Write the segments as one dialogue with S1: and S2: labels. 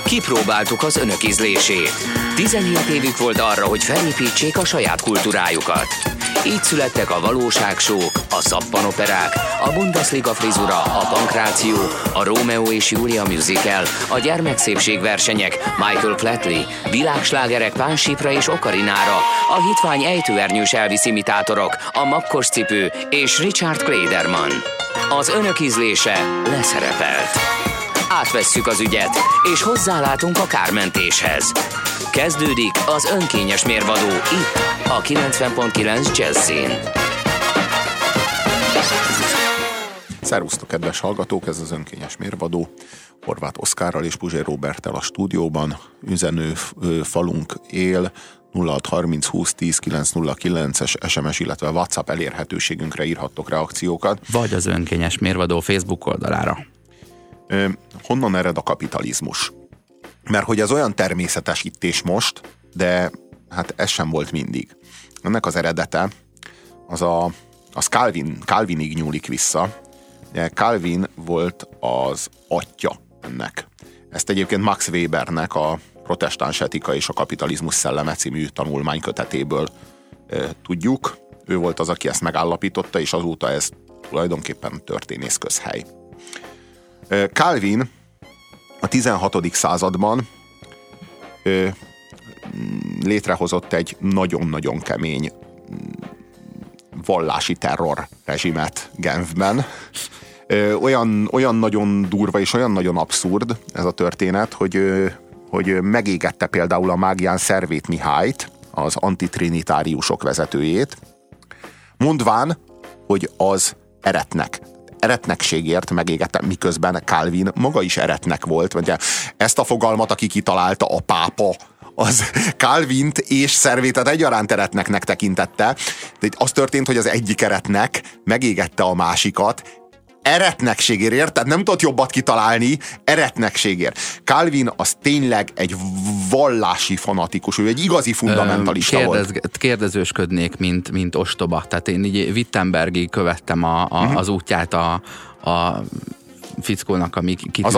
S1: Kipróbáltuk az önök ízlését. 17 évük volt arra, hogy felépítsék a saját kultúrájukat. Így születtek a valóságsók, a szappanoperák, a Bundesliga frizura, a pankráció, a Rómeó és Júlia musical, a gyermekszépségversenyek, Michael Flatley, világslágerek Pánsipra és Okarinára, a hitvány ejtőernyős Elvis imitátorok, a makkos cipő és Richard Klederman. Az önök ízlése leszerepelt. Átvesszük az ügyet, és hozzálátunk a kármentéshez. Kezdődik az önkényes mérvadó itt, a 90.9 Jazzin.
S2: Szervusztok, kedves hallgatók, ez az önkényes mérvadó. Horváth Oszkárral és Puzsér Róberttel a stúdióban. Üzenő falunk él, 0630 20 10 909-es SMS, illetve WhatsApp elérhetőségünkre írhattok reakciókat.
S3: Vagy az önkényes mérvadó Facebook oldalára.
S2: Honnan ered a kapitalizmus? Mert hogy ez olyan természetes itt és most, de hát ez sem volt mindig. Ennek az eredete az Calvinig nyúlik vissza. Calvin volt az atya ennek. Ezt egyébként Max Webernek a Protestáns etika és a kapitalizmus szelleme című tanulmánykötetéből tudjuk. Ő volt az, aki ezt megállapította, és azóta ez tulajdonképpen történész közhely. Calvin a 16. században létrehozott egy nagyon-nagyon kemény vallási terror rezsimet Genfben. Olyan nagyon durva és olyan nagyon abszurd ez a történet, hogy megégette például a Mágián Szervét Mihályt, az antitrinitáriusok vezetőjét, mondván, hogy az eretnekségért megégette, miközben Calvin maga is eretnek volt. Ugye ezt a fogalmat, aki kitalálta, a pápa, az Calvint és Szervétet egyaránt eretneknek tekintette. De az történt, hogy az egyik eretnek megégette a másikat, eretnekségért, érted? Nem tudott jobbat kitalálni, eretnekségért. Calvin az tényleg egy vallási fanatikus, ő egy igazi fundamentalista volt.
S3: Kérdezősködnék, mint ostoba. Tehát én így Wittenbergig követtem az útját a fickónak, ami kitűzt.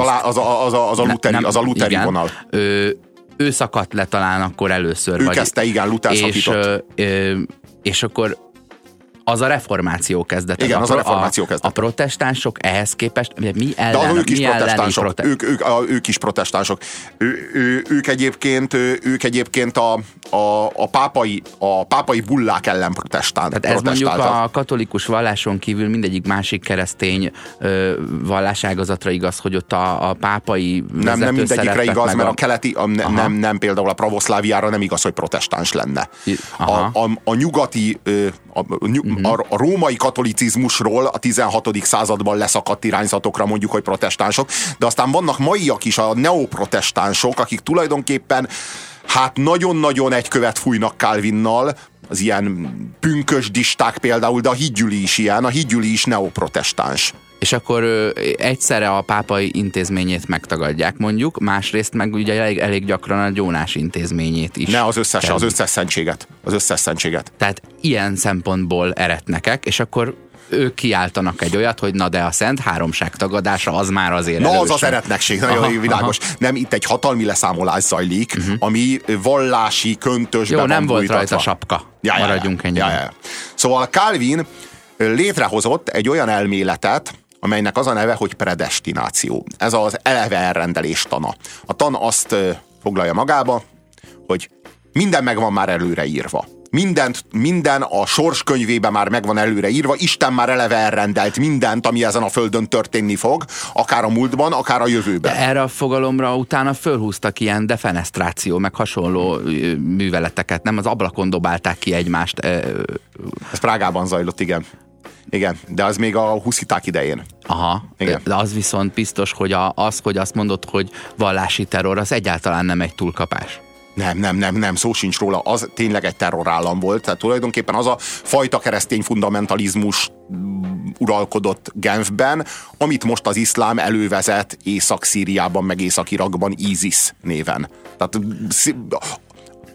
S2: Az a luteri vonal.
S3: Ő szakadt le talán akkor először.
S2: Ő kezdte, igen, Luther szakított.
S3: És akkor az a reformáció kezdete.
S2: Igen, az a reformáció kezdete.
S3: A protestánsok ehhez képest, mi ellen?
S2: De ők is protestánsok. Ők is protestánsok. Ők egyébként a pápai bullák ellen protestánsok.
S3: Tehát ez mondjuk a katolikus valláson kívül mindegyik másik keresztény valláságazatra igaz, hogy ott a pápai
S2: nem mindegyikre igaz, mert a keleti, nem például a pravoszláviára nem igaz, hogy protestáns lenne. A nyugati a római katolicizmusról a 16. században leszakadt irányzatokra mondjuk, hogy protestánsok, de aztán vannak maiak is, a neoprotestánsok, akik tulajdonképpen hát nagyon-nagyon egy követ fújnak Calvinnal, az ilyen pünkösdisták például, de a hídgyüli is ilyen, a hídgyüli is neoprotestáns.
S3: És akkor egyszerre a pápai intézményét megtagadják mondjuk, másrészt meg ugye elég gyakran a gyónás intézményét is.
S2: Ne, az összes szentséget.
S3: Tehát ilyen szempontból eretnekek, és akkor ők kiáltanak egy olyat, hogy na de a szent háromság tagadása az már azért
S2: erősen. Az az eretnekség, nagyon világos. Nem, itt egy hatalmi leszámolás zajlik, ami vallási köntösbe van
S3: nem volt
S2: bújtatva.
S3: rajta sapka. Maradjunk ennyiben.
S2: Szóval Calvin létrehozott egy olyan elméletet, amelynek az a neve, hogy predestináció. Ez az eleve elrendelés tana. A tan azt foglalja magába, hogy minden meg van már előre írva. Minden a sorskönyvében már megvan előre írva, Isten már eleve elrendelt mindent, ami ezen a földön történni fog, akár a múltban, akár a jövőben.
S3: De erre a fogalomra utána fölhúztak ilyen defenestráció, meg hasonló műveleteket, nem? Az ablakon dobálták ki egymást.
S2: Ez Prágában zajlott, igen. Igen, de az még a husziták idején.
S3: Aha, igen. De az viszont biztos, hogy hogy azt mondod, hogy vallási terror, az egyáltalán nem egy túlkapás.
S2: Nem, szó sincs róla, az tényleg egy terrorállam volt, tehát tulajdonképpen az a fajta keresztény fundamentalizmus uralkodott Genfben, amit most az iszlám elővezet Észak-Szíriában, meg Észak-Irakban ISIS néven. Tehát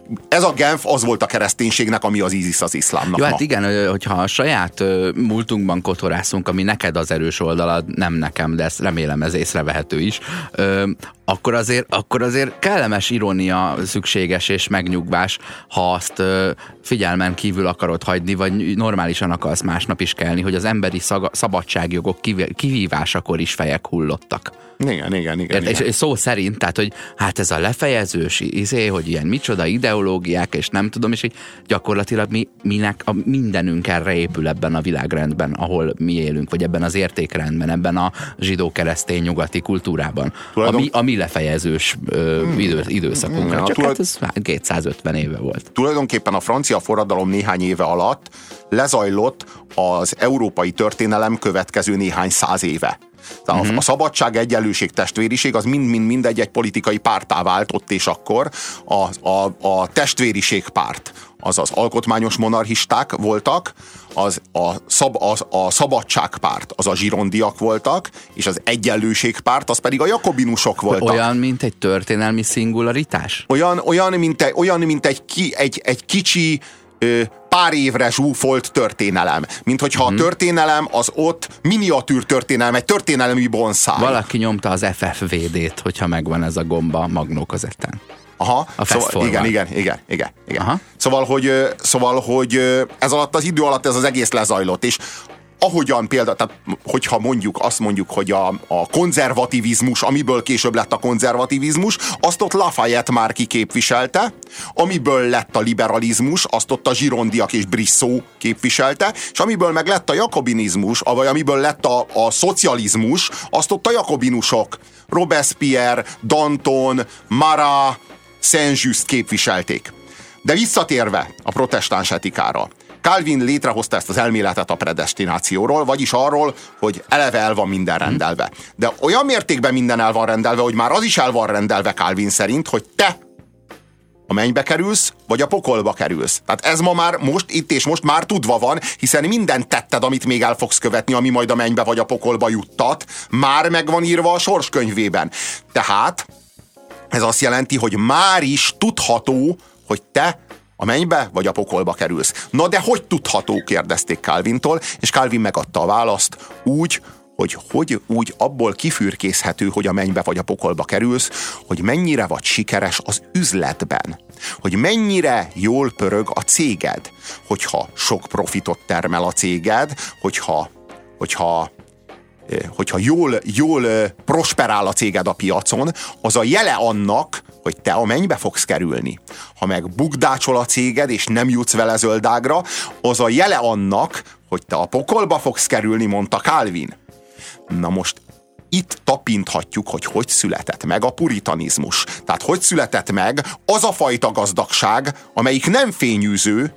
S2: ez a Genf az volt a kereszténységnek, ami az ISIS az iszlámnak.
S3: Jó,
S2: ma.
S3: hát igen, hogyha a saját múltunkban kotorászunk, ami neked az erős oldalad, nem nekem, de ezt remélem ez észrevehető is, akkor azért kellemes irónia szükséges és megnyugvás, ha azt figyelmen kívül akarod hagyni, vagy normálisan akarsz másnap is kelni, hogy az emberi szabadságjogok kivívásakor is fejek hullottak.
S2: Igen.
S3: És szó szerint, tehát, hogy hát ez a lefejezős hogy ilyen micsoda ideológiák, és nem tudom, és így gyakorlatilag minek a mindenünk erre épül ebben a világrendben, ahol mi élünk, vagy ebben az értékrendben, ebben a zsidó-keresztény nyugati kultúrában. A mi lefejezős időszakunkra. Csak hát ez 250 éve volt.
S2: Tulajdonképpen a francia forradalom néhány éve alatt lezajlott az európai történelem következő néhány száz éve. A szabadság, egyenlőség, testvériség az mind egy politikai párttá vált ott és akkor. A testvériség párt az alkotmányos monarchisták voltak, a szabadságpárt az a zsirondiak voltak, és az egyenlőségpárt az pedig a jakobinusok voltak.
S3: Olyan, mint egy történelmi szingularitás?
S2: Olyan, mint egy kicsi pár évre zsúfolt történelem. Mint hogyha a történelem az ott miniatűr történelem, egy történelmi bonszáj.
S3: Valaki nyomta az FFVD-t, hogyha megvan ez a gomba a magnókazettán.
S2: Aha, igen. Aha. Szóval, hogy ez alatt az idő alatt ez az egész lezajlott, és ahogyan például, tehát hogyha azt mondjuk, hogy a konzervativizmus, amiből később lett a konzervativizmus, azt ott Lafayette már kiképviselte, amiből lett a liberalizmus, azt ott a zsirondiak és Brissot képviselte, és amiből meg lett a jakobinizmus, vagy amiből lett a szocializmus, azt ott a jakobinusok, Robespierre, Danton, Marat, Saint-Just képviselték. De visszatérve a protestáns etikára, Calvin létrehozta ezt az elméletet a predestinációról, vagyis arról, hogy eleve el van minden rendelve. De olyan mértékben minden el van rendelve, hogy már az is el van rendelve Calvin szerint, hogy te a mennybe kerülsz, vagy a pokolba kerülsz. Tehát ez ma már itt és most már tudva van, hiszen minden tetted, amit még el fogsz követni, ami majd a mennybe vagy a pokolba juttat, már meg van írva a sorskönyvében. Tehát ez azt jelenti, hogy már is tudható, hogy te a mennybe vagy a pokolba kerülsz. Na de hogy tudható, kérdezték Calvintól, és Calvin megadta a választ úgy, hogy úgy abból kifürkészhető, hogy a mennybe vagy a pokolba kerülsz, hogy mennyire vagy sikeres az üzletben, hogy mennyire jól pörög a céged, hogyha sok profitot termel a céged, hogyha jól prosperál a céged a piacon, az a jele annak, hogy te a mennybe fogsz kerülni. Ha meg bukdácsol a céged, és nem jutsz vele zöldágra, az a jele annak, hogy te a pokolba fogsz kerülni, mondta Calvin. Na most itt tapinthatjuk, hogy született meg a puritanizmus. Tehát hogy született meg az a fajta gazdagság, amelyik nem fényűző,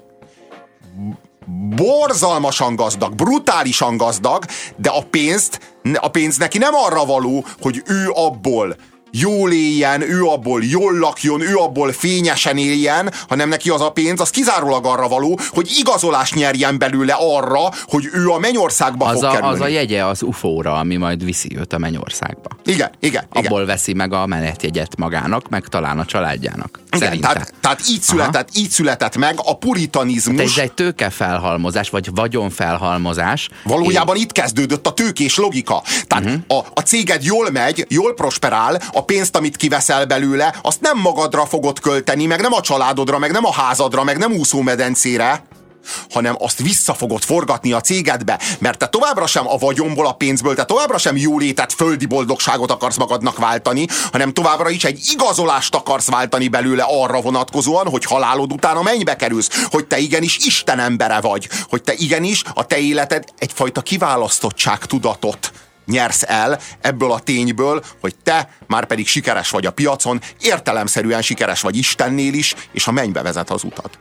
S2: borzalmasan gazdag, brutálisan gazdag, de a pénz neki nem arra való, hogy ő abból jól éljen, ő abból jól lakjon, ő abból fényesen éljen, hanem neki az a pénz, az kizárólag arra való, hogy igazolást nyerjen belőle arra, hogy ő a mennyországba fog kerülni. Az
S3: a jegye az UFO-ra, ami majd viszi őt a mennyországba.
S2: Igen.
S3: Abból veszi meg a menetjegyet magának, meg talán a családjának.
S2: Igen, tehát így született meg a puritanizmus.
S3: Ez egy tőkefelhalmozás, vagy vagyonfelhalmozás.
S2: Valójában itt kezdődött a tőkés logika. Tehát a céged jól megy, jól prosperál, a pénzt, amit kiveszel belőle, azt nem magadra fogod költeni, meg nem a családodra, meg nem a házadra, meg nem úszómedencére, hanem azt vissza fogod forgatni a cégedbe, mert te továbbra sem a vagyonból, a pénzből, te továbbra sem jólétet, földi boldogságot akarsz magadnak váltani, hanem továbbra is egy igazolást akarsz váltani belőle arra vonatkozóan, hogy halálod után a mennybe kerülsz, hogy te igenis Isten embere vagy, hogy te igenis a te életed egyfajta kiválasztottság tudatot nyersz el ebből a tényből, hogy te már pedig sikeres vagy a piacon, értelemszerűen sikeres vagy Istennél is, és a mennybe vezet az utat.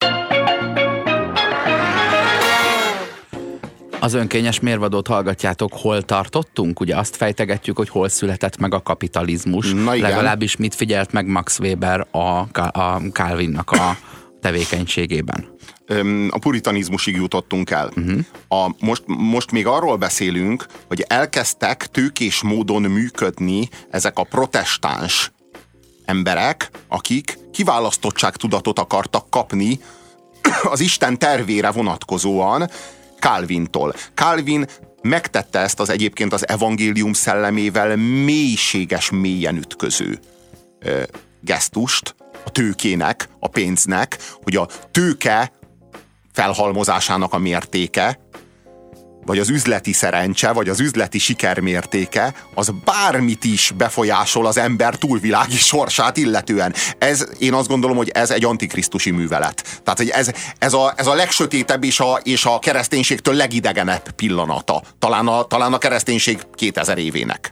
S3: Az önkényes mérvadót hallgatjátok, hol tartottunk? Ugye azt fejtegetjük, hogy hol született meg a kapitalizmus. Legalábbis mit figyelt meg Max Weber a Calvinnak a tevékenységében.
S2: A puritanizmusig jutottunk el. Most még arról beszélünk, hogy elkezdtek tőkés módon működni ezek a protestáns emberek, akik kiválasztottságtudatot akartak kapni az Isten tervére vonatkozóan Calvintól. Calvin megtette ezt az egyébként az evangélium szellemével mélyen ütköző gesztust a tőkének, a pénznek, hogy a tőke felhalmozásának a mértéke, vagy az üzleti szerencse, vagy az üzleti siker mértéke, az bármit is befolyásol az ember túlvilági sorsát illetően. Én azt gondolom, hogy ez egy antikrisztusi művelet. Tehát, hogy ez a legsötétebb és a kereszténységtől legidegenebb pillanata. Talán a kereszténység 2000 évének.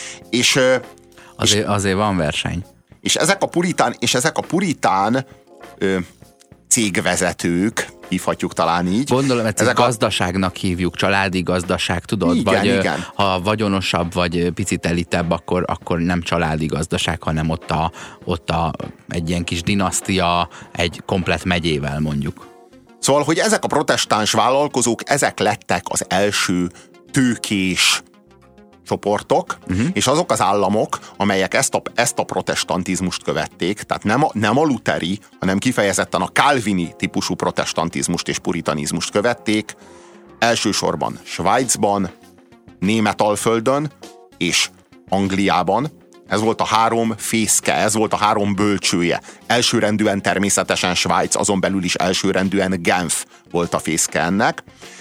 S3: Azért van verseny.
S2: És ezek a puritán cégvezetők, hívhatjuk talán így.
S3: Gondolom, ezt gazdaságnak hívjuk, családi gazdaság, tudod?
S2: Igen.
S3: Ha vagyonosabb, vagy picit elitebb, akkor nem családi gazdaság, hanem ott egy ilyen kis dinasztia, egy komplett megyével mondjuk.
S2: Szóval, hogy ezek a protestáns vállalkozók, ezek lettek az első tőkés csoportok, és azok az államok, amelyek ezt a protestantizmust követték, tehát nem a luteri, hanem kifejezetten a calvini típusú protestantizmust és puritanizmust követték, elsősorban Svájcban, Németalföldön és Angliában. Ez volt a 3 fészke, ez volt a 3 bölcsője. Elsőrendűen természetesen Svájc, azon belül is elsőrendűen Genf volt a fészke ennek.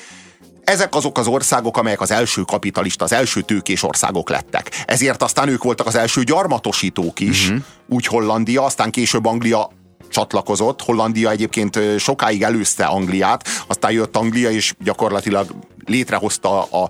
S2: Ezek azok az országok, amelyek az első kapitalista, az első tőkés országok lettek. Ezért aztán ők voltak az első gyarmatosítók is, úgy Hollandia, aztán később Anglia csatlakozott. Hollandia egyébként sokáig előzte Angliát, aztán jött Anglia, és gyakorlatilag létrehozta az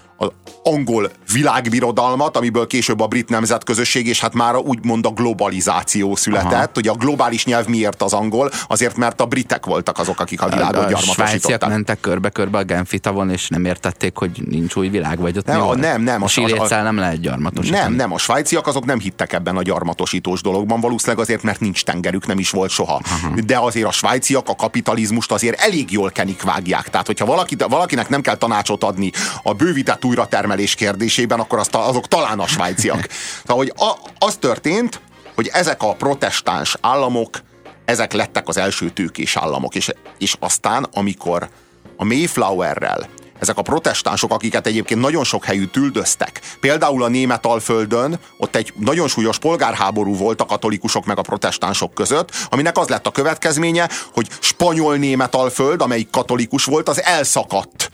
S2: angol világbirodalmat, amiből később a brit nemzetközösség, és hát már úgymond a globalizáció született. Ugye a globális nyelv miért az angol? Azért, mert a britek voltak azok, akik a világot gyarmatosították.
S3: A svájciak mentek körbe-körbe a Genfi tavon, és nem értették, hogy nincs új világ, vagy ott
S2: nem.
S3: A síléccel nem lehet gyarmatosítani.
S2: Nem, a svájciak azok nem hittek ebben a gyarmatosítós dologban, valószínűleg azért, mert nincs tengerük, nem is volt soha. De azért a svájciak a kapitalizmust azért elég jól kenik vágják. Tehát, hogyha valakinek nem kell tanácsot adni a bővített újratermelés kérdésében, akkor azok talán a svájciak. Szóval, hogy az történt, hogy ezek a protestáns államok, ezek lettek az első tőkés államok, és aztán, amikor a Mayflowerrel ezek a protestánsok, akiket egyébként nagyon sok helyütt üldöztek, például a Németalföldön, ott egy nagyon súlyos polgárháború volt a katolikusok meg a protestánsok között, aminek az lett a következménye, hogy spanyol Németalföld, amelyik katolikus volt, az elszakadt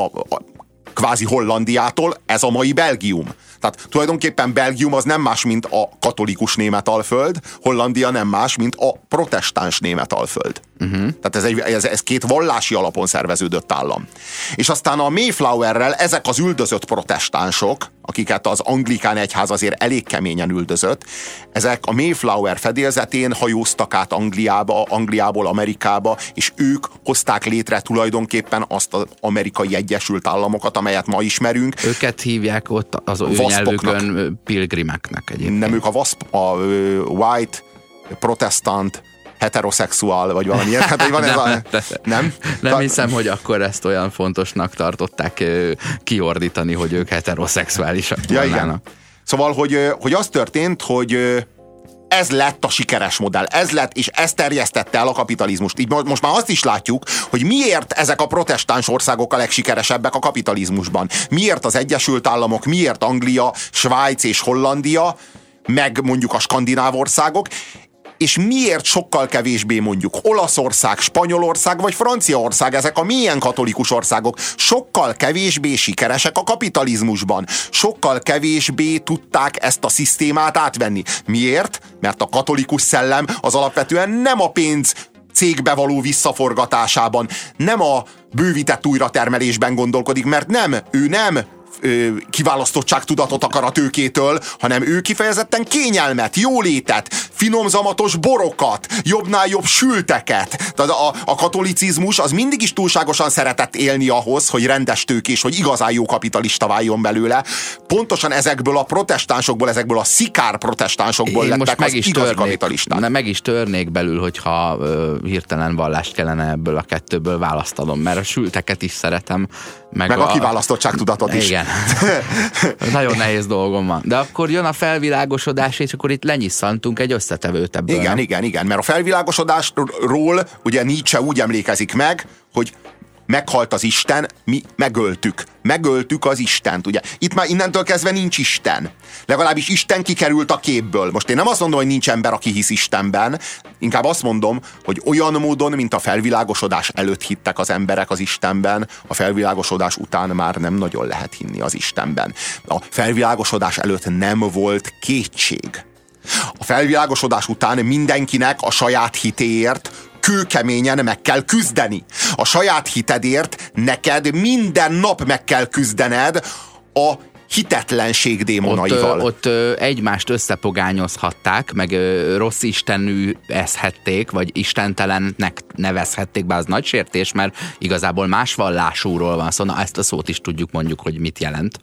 S2: kvázi Hollandiától, ez a mai Belgium. Tehát tulajdonképpen Belgium az nem más, mint a katolikus Németalföld, Hollandia nem más, mint a protestáns Németalföld. Tehát ez 2 vallási alapon szerveződött állam. És aztán a Mayflowerrel ezek az üldözött protestánsok, akiket az anglikán egyház azért elég keményen üldözött, ezek a Mayflower fedélzetén hajóztak át Angliából Amerikába, és ők hozták létre tulajdonképpen azt az Amerikai Egyesült Államokat, amelyet ma ismerünk.
S3: Őket hívják ott az ő nyelvükön pilgrimeknek egyébként.
S2: Nem, ők a white, protestant, heteroszexuál, vagy valami ilyen. Hát, van
S3: nem hiszem, hogy akkor ezt olyan fontosnak tartották kiordítani, hogy ők heteroszexuálisak volnának. Igen.
S2: Szóval, hogy az történt, hogy ez lett a sikeres modell, ez lett, és ez terjesztette el a kapitalizmust. Így most már azt is látjuk, hogy miért ezek a protestáns országok a legsikeresebbek a kapitalizmusban. Miért az Egyesült Államok, miért Anglia, Svájc és Hollandia, meg mondjuk a skandináv országok, és miért sokkal kevésbé mondjuk Olaszország, Spanyolország vagy Franciaország, ezek a mélyen katolikus országok sokkal kevésbé sikeresek a kapitalizmusban. Sokkal kevésbé tudták ezt a szisztémát átvenni. Miért? Mert a katolikus szellem az alapvetően nem a pénz cégbe való visszaforgatásában, nem a bővített újratermelésben gondolkodik, mert ő nem kiválasztottságtudatot akar a tőkétől, hanem ő kifejezetten kényelmet, jólétet, finomzamatos borokat, jobbnál jobb sülteket. Tehát a katolicizmus az mindig is túlságosan szeretett élni ahhoz, hogy rendes tőkés, hogy igazán jó kapitalista váljon belőle. Pontosan ezekből a protestánsokból, ezekből a szikár protestánsok lettek az igazi kapitalisták.
S3: Meg is törnék belül, hogyha hirtelen vallást kellene ebből a kettőből választanom, mert a sülteket is szeretem.
S2: Meg a kiválasztottságtudatot is.
S3: Igen. Nagyon nehéz dolgom van. De akkor jön a felvilágosodás, és akkor itt lenyisszantunk egy összetevőt ebből.
S2: Igen, mert a felvilágosodásról ugye Nietzsche úgy emlékezik meg, hogy meghalt az Isten, mi megöltük. Megöltük az Istent, ugye. Itt már innentől kezdve nincs Isten. Legalábbis Isten kikerült a képből. Most én nem azt mondom, hogy nincs ember, aki hisz Istenben, inkább azt mondom, hogy olyan módon, mint a felvilágosodás előtt hittek az emberek az Istenben, a felvilágosodás után már nem nagyon lehet hinni az Istenben. A felvilágosodás előtt nem volt kétség. A felvilágosodás után mindenkinek a saját hitéért kőkeményen meg kell küzdeni. A saját hitedért neked minden nap meg kell küzdened a hitetlenség démonaival.
S3: Ott egymást összepogányozhatták, meg rossz istenű eszhették, vagy istentelennek nevezhették, bár az nagy sértés, mert igazából más vallásúról van szó. Na, ezt a szót is tudjuk mondjuk, hogy mit jelent.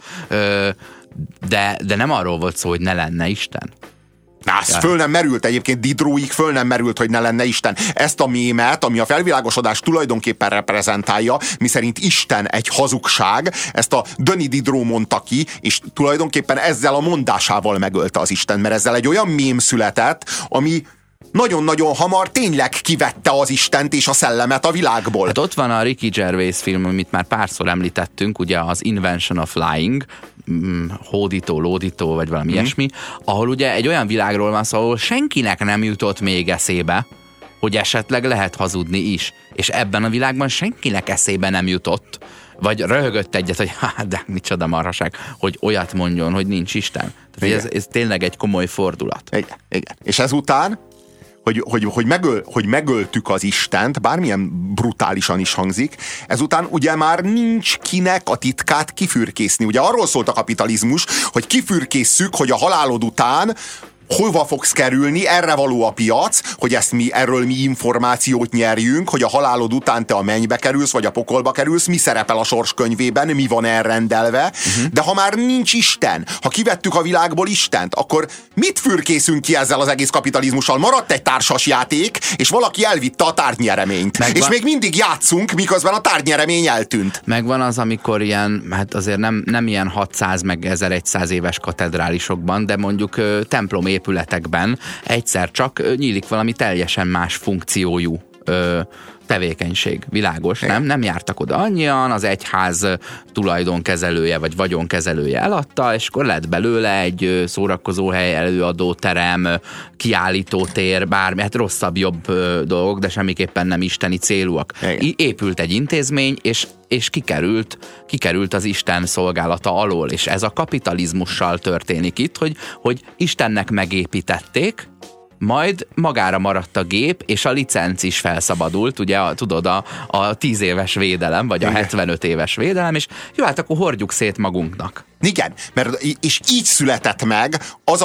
S3: De nem arról volt szó, hogy ne lenne Isten.
S2: Ez föl nem merült, egyébként Diderotig föl nem merült, hogy ne lenne Isten. Ezt a mémet, ami a felvilágosodás tulajdonképpen reprezentálja, miszerint Isten egy hazugság, ezt a Denis Diderot mondta ki, és tulajdonképpen ezzel a mondásával megölte az Isten, mert ezzel egy olyan mém született, ami nagyon-nagyon hamar tényleg kivette az Istent és a szellemet a világból.
S3: Hát ott van a Ricky Gervais film, amit már párszor említettünk, ugye az Invention of Lying, hódító, lódító, vagy valami ilyesmi, ahol ugye egy olyan világról van szó, ahol senkinek nem jutott még eszébe, hogy esetleg lehet hazudni is. És ebben a világban senkinek eszébe nem jutott, vagy röhögött egyet, hogy de micsoda marhaság, hogy olyat mondjon, hogy nincs Isten. Tehát ez tényleg egy komoly fordulat.
S2: Igen. És ezután hogy megöltük az Istent, bármilyen brutálisan is hangzik, ezután ugye már nincs kinek a titkát kifürkészni. Ugye arról szólt a kapitalizmus, hogy kifürkésszük, hogy a halálod után hova fogsz kerülni, erre való a piac, hogy erről mi információt nyerjünk, hogy a halálod után te a mennybe kerülsz, vagy a pokolba kerülsz, mi szerepel a sorskönyvében, mi van elrendelve, de ha már nincs Isten, ha kivettük a világból Istent, akkor mit fürkészünk ki ezzel az egész kapitalizmussal? Maradt egy társas játék, és valaki elvitte a tárgynyereményt. És még mindig játszunk, miközben a tárgynyeremény eltűnt.
S3: Megvan az, amikor ilyen, hát azért nem ilyen 600 meg 1100 éves katedrálisokban, de mondjuk templom épületekben egyszer csak nyílik valami teljesen más funkciójú tevékenység. Világos, nem jártak oda annyian, az egyház tulajdonkezelője vagy vagyonkezelője eladta, és akkor lett belőle egy szórakozóhely, előadóterem, kiállítótér, bármi, hát rosszabb-jobb dolgok, de semmiképpen nem isteni célúak. Épült egy intézmény, és kikerült az Isten szolgálata alól, és ez a kapitalizmussal történik itt, hogy Istennek megépítették, majd magára maradt a gép, és a licenc is felszabadult, ugye tudod, a 10 éves védelem, vagy a 75 éves védelem, és jó, hát akkor szét magunknak.
S2: Igen, és így született meg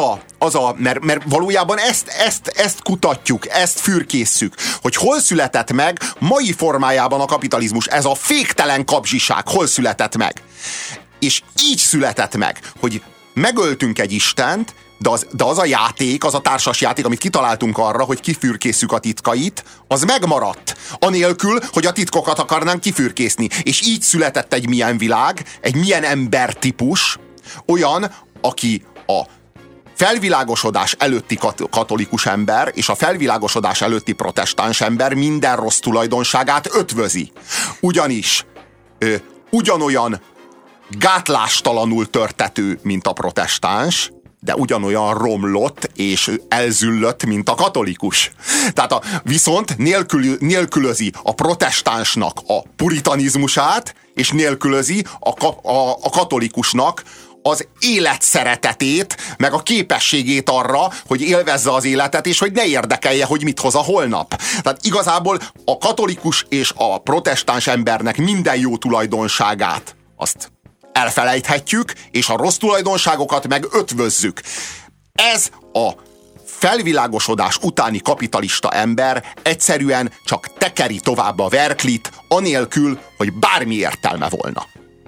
S2: mert valójában ezt kutatjuk, ezt fürkészszük, hogy hol született meg mai formájában a kapitalizmus, ez a féktelen kapzsiság, hol született meg. És így született meg, hogy megöltünk egy Istent, de az a játék, az a társas játék, amit kitaláltunk arra, hogy kifürkészük a titkait, az megmaradt. Anélkül, hogy a titkokat akarnánk kifürkészni. És így született egy milyen világ, egy milyen embertípus, olyan, aki a felvilágosodás előtti katolikus ember és a felvilágosodás előtti protestáns ember minden rossz tulajdonságát ötvözi. Ugyanis ugyanolyan gátlástalanul törtető, mint a protestáns, de ugyanolyan romlott és elzüllött, mint a katolikus. Tehát viszont nélkülözi a protestánsnak a puritanizmusát, és nélkülözi a katolikusnak az élet szeretetét, meg a képességét arra, hogy élvezze az életet, és hogy ne érdekelje, hogy mit hoz a holnap. Tehát igazából a katolikus és a protestáns embernek minden jó tulajdonságát azt elfelejthetjük, és a rossz tulajdonságokat meg ötvözzük. Ez a felvilágosodás utáni kapitalista ember egyszerűen csak tekeri tovább a verklit, anélkül, hogy bármi értelme volna.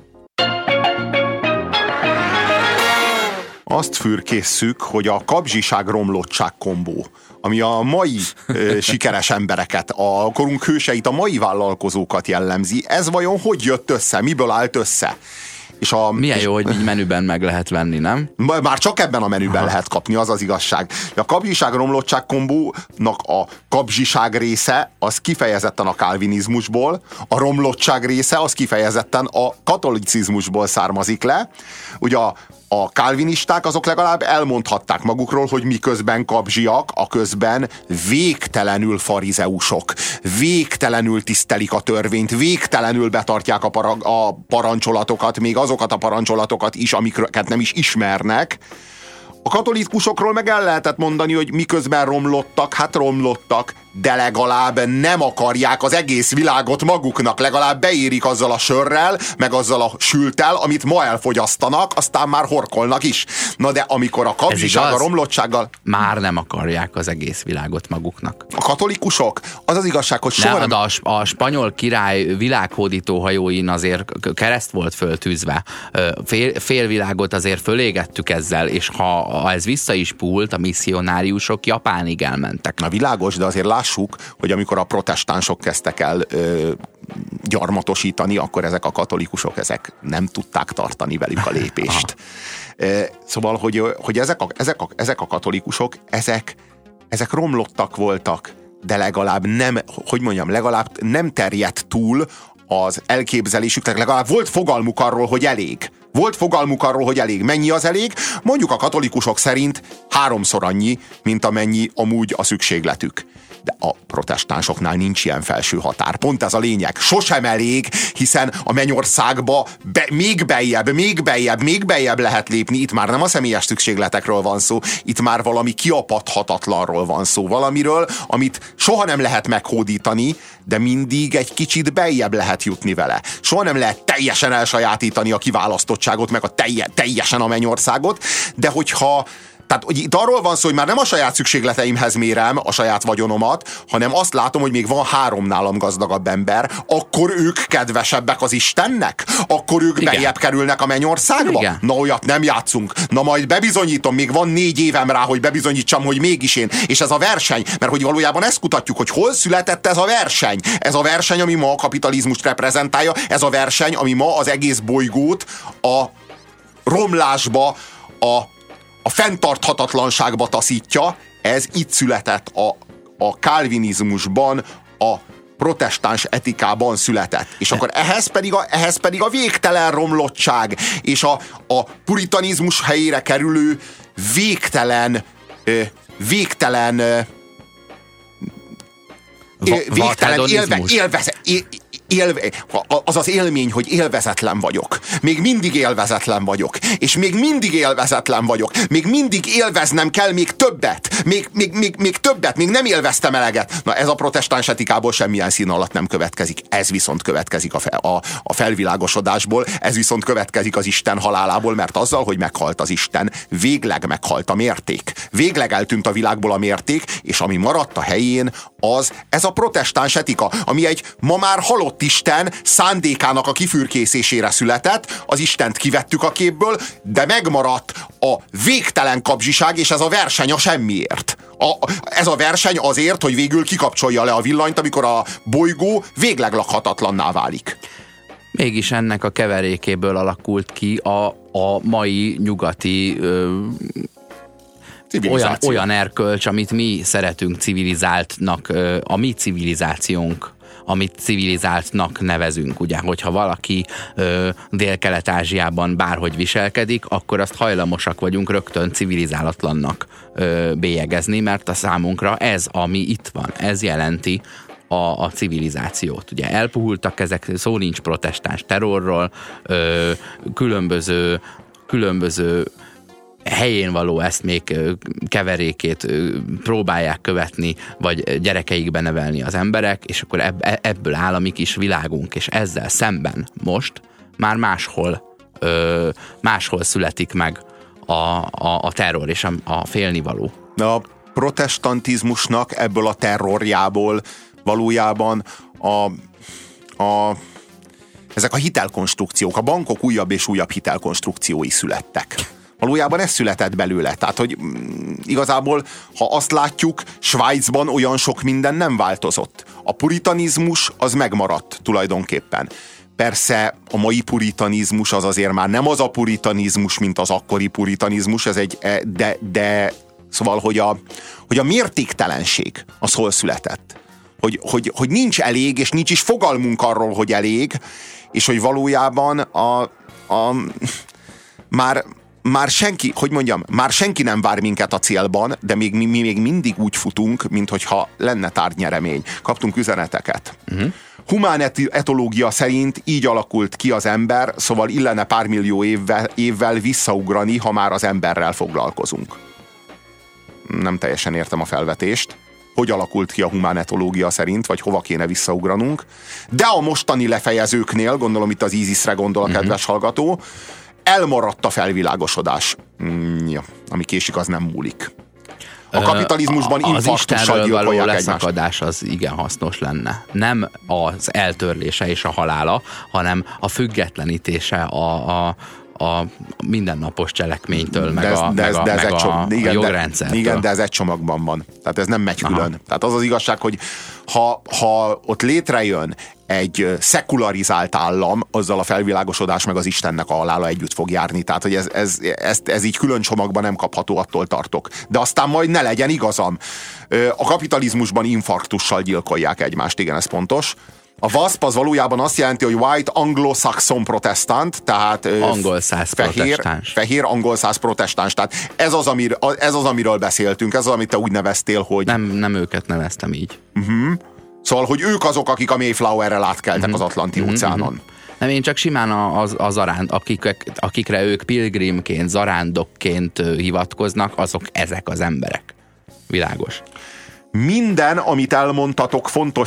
S2: Azt fürkésszük, hogy a kapzsiság-romlottság kombó, ami a mai sikeres embereket, a korunk hőseit, a mai vállalkozókat jellemzi, ez vajon hogy jött össze, miből állt össze?
S3: Milyen jó, hogy így menüben meg lehet venni, nem?
S2: Már csak ebben a menüben lehet kapni, az az igazság. A kabzsiság-romlottság kombónak a kabzsiság része az kifejezetten a kálvinizmusból, a romlottság része az kifejezetten a katolicizmusból származik le. Ugye a kálvinisták azok legalább elmondhatták magukról, hogy miközben kabzsiak, a közben végtelenül farizeusok, végtelenül tisztelik a törvényt, végtelenül betartják a parancsolatokat, még azokat a parancsolatokat is, amiket nem is ismernek. A katolikusokról meg el lehetett mondani, hogy miközben romlottak, hát romlottak, de legalább nem akarják az egész világot maguknak, legalább beérik azzal a sörrel, meg azzal a sülttel, amit ma elfogyasztanak, aztán már horkolnak is. Na de amikor a kabzsiság, a romlottsággal...
S3: Már nem akarják az egész világot maguknak.
S2: A katolikusok? Az az igazság, hogy soha
S3: nem... A spanyol király világhódító hajóin azért kereszt volt föltűzve. Fél világot azért fölégettük ezzel, és ha ez vissza is pult, a misszionáriusok Japánig elmentek.
S2: Na világos, de azért lássuk, hogy amikor a protestánsok kezdtek el gyarmatosítani, akkor ezek a katolikusok nem tudták tartani velük a lépést. Szóval, hogy ezek a katolikusok, ezek romlottak voltak, de legalább legalább nem terjedt túl az elképzelésüknek, legalább volt fogalmuk arról, hogy elég. Volt fogalmuk arról, hogy elég. Mennyi az elég? Mondjuk a katolikusok szerint 3-szor annyi, mint amennyi amúgy a szükségletük. De a protestánsoknál nincs ilyen felső határ. Pont ez a lényeg. Sosem elég, hiszen a mennyországba még beljebb lehet lépni. Itt már nem a személyes szükségletekről van szó, itt már valami kiapadhatatlanról van szó. Valamiről, amit soha nem lehet meghódítani, de mindig egy kicsit beljebb lehet jutni vele. Soha nem lehet teljesen elsajátítani a kiválasztottságot, meg teljesen a mennyországot, de tehát, hogy itt arról van szó, hogy már nem a saját szükségleteimhez mérem a saját vagyonomat, hanem azt látom, hogy még van 3 nálam gazdagabb ember, akkor ők kedvesebbek az Istennek? Akkor ők beljebb kerülnek a mennyországba?
S3: Igen.
S2: Na, olyat nem játszunk. Na, majd bebizonyítom, még van 4 évem rá, hogy bebizonyítsam, hogy mégis én. És ez a verseny, mert hogy valójában ezt kutatjuk, hogy hol született ez a verseny. Ez a verseny, ami ma a kapitalizmust reprezentálja, ez a verseny, ami ma az egész bolygót a romlásba, a fenntarthatatlanságba taszítja, ez itt született a kálvinizmusban, a protestáns etikában született. És akkor ehhez pedig a végtelen romlottság, és a puritanizmus helyére kerülő végtelen az az élmény, hogy élvezetlen vagyok. Még mindig élvezetlen vagyok. És még mindig élvezetlen vagyok. Még mindig élveznem kell még többet. Még többet. Még nem élveztem eleget. Na, ez a protestáns etikából semmilyen szín alatt nem következik. Ez viszont következik a felvilágosodásból. Ez viszont következik az Isten halálából, mert azzal, hogy meghalt az Isten, végleg meghalt a mérték. Végleg eltűnt a világból a mérték, és ami maradt a helyén, ez a protestáns etika, ami egy ma már halott Isten szándékának a kifürkészésére született, az Istent kivettük a képből, de megmaradt a végtelen kabzsiság, és ez a verseny a semmiért. Ez a verseny azért, hogy végül kikapcsolja le a villanyt, amikor a bolygó végleg lakhatatlanná válik.
S3: Mégis ennek a keverékéből alakult ki a mai nyugati olyan erkölcs, amit mi szeretünk civilizáltnak, a mi civilizációnk, amit civilizáltnak nevezünk, ugye, hogyha valaki Dél-Kelet-Ázsiában bárhogy viselkedik, akkor azt hajlamosak vagyunk rögtön civilizálatlannak bélyegezni, mert a számunkra ez, ami itt van, ez jelenti a civilizációt. Ugye elpuhultak ezek, szó nincs protestáns terrorról, különböző helyén való eszmék keverékét próbálják követni, vagy gyerekeikbe nevelni az emberek, és akkor ebből áll a mi kis világunk, és ezzel szemben most már máshol születik meg a terror és a félnivaló.
S2: A protestantizmusnak ebből a terrorjából valójában ezek a hitelkonstrukciók, a bankok újabb és újabb hitelkonstrukciói születtek. Valójában ez született belőle. Tehát, hogy igazából, ha azt látjuk, Svájcban olyan sok minden nem változott. A puritanizmus az megmaradt tulajdonképpen. persze a mai puritanizmus az azért már nem az a puritanizmus, mint az akkori puritanizmus, ez de szóval, hogy a mértéktelenség az hol született. Hogy nincs elég, és nincs is fogalmunk arról, hogy elég, és hogy valójában már senki, hogy mondjam, már senki nem vár minket a célban, de mi még mindig úgy futunk, minthogyha lenne tárgynyeremény. Kaptunk üzeneteket. Humán etológia szerint így alakult ki az ember, szóval illene pár millió évvel visszaugrani, ha már az emberrel foglalkozunk. Nem teljesen értem a felvetést. Hogy alakult ki a humán etológia szerint, vagy hova kéne visszaugranunk. De a mostani lefejezőknél, gondolom itt az ISIS-re gondol a kedves hallgató, elmaradt a felvilágosodás. Ami késik, az nem múlik. A kapitalizmusban infarktussal gyilkolják egymást.
S3: Leszakadás az igen hasznos lenne. Nem az eltörlése és a halála, hanem a függetlenítése a mindennapos cselekménytől, meg a jogrendszertől.
S2: Igen, de ez egy csomagban van. Tehát ez nem megy külön. Tehát az az igazság, hogy ha ott létrejön egy szekularizált állam, azzal a felvilágosodás meg az Istennek a halála együtt fog járni. Tehát, hogy ez így külön csomagban nem kapható, attól tartok. De aztán majd ne legyen igazam. A kapitalizmusban infarktussal gyilkolják egymást, igen, ez pontos. A WASP az valójában azt jelenti, hogy White Anglo-Saxon Protestant, tehát fehér angol-szász protestáns. Tehát ez az, amiről beszéltünk, ez az, amit te úgy neveztél, hogy...
S3: Nem őket neveztem így.
S2: Szóval, hogy ők azok, akik a Mayflowerrel átkeltek az Atlanti-óceánon.
S3: Nem, én csak simán akikre ők pilgrimként, zarándokként hivatkoznak, ezek az emberek. Világos.
S2: Minden, amit elmondtatok,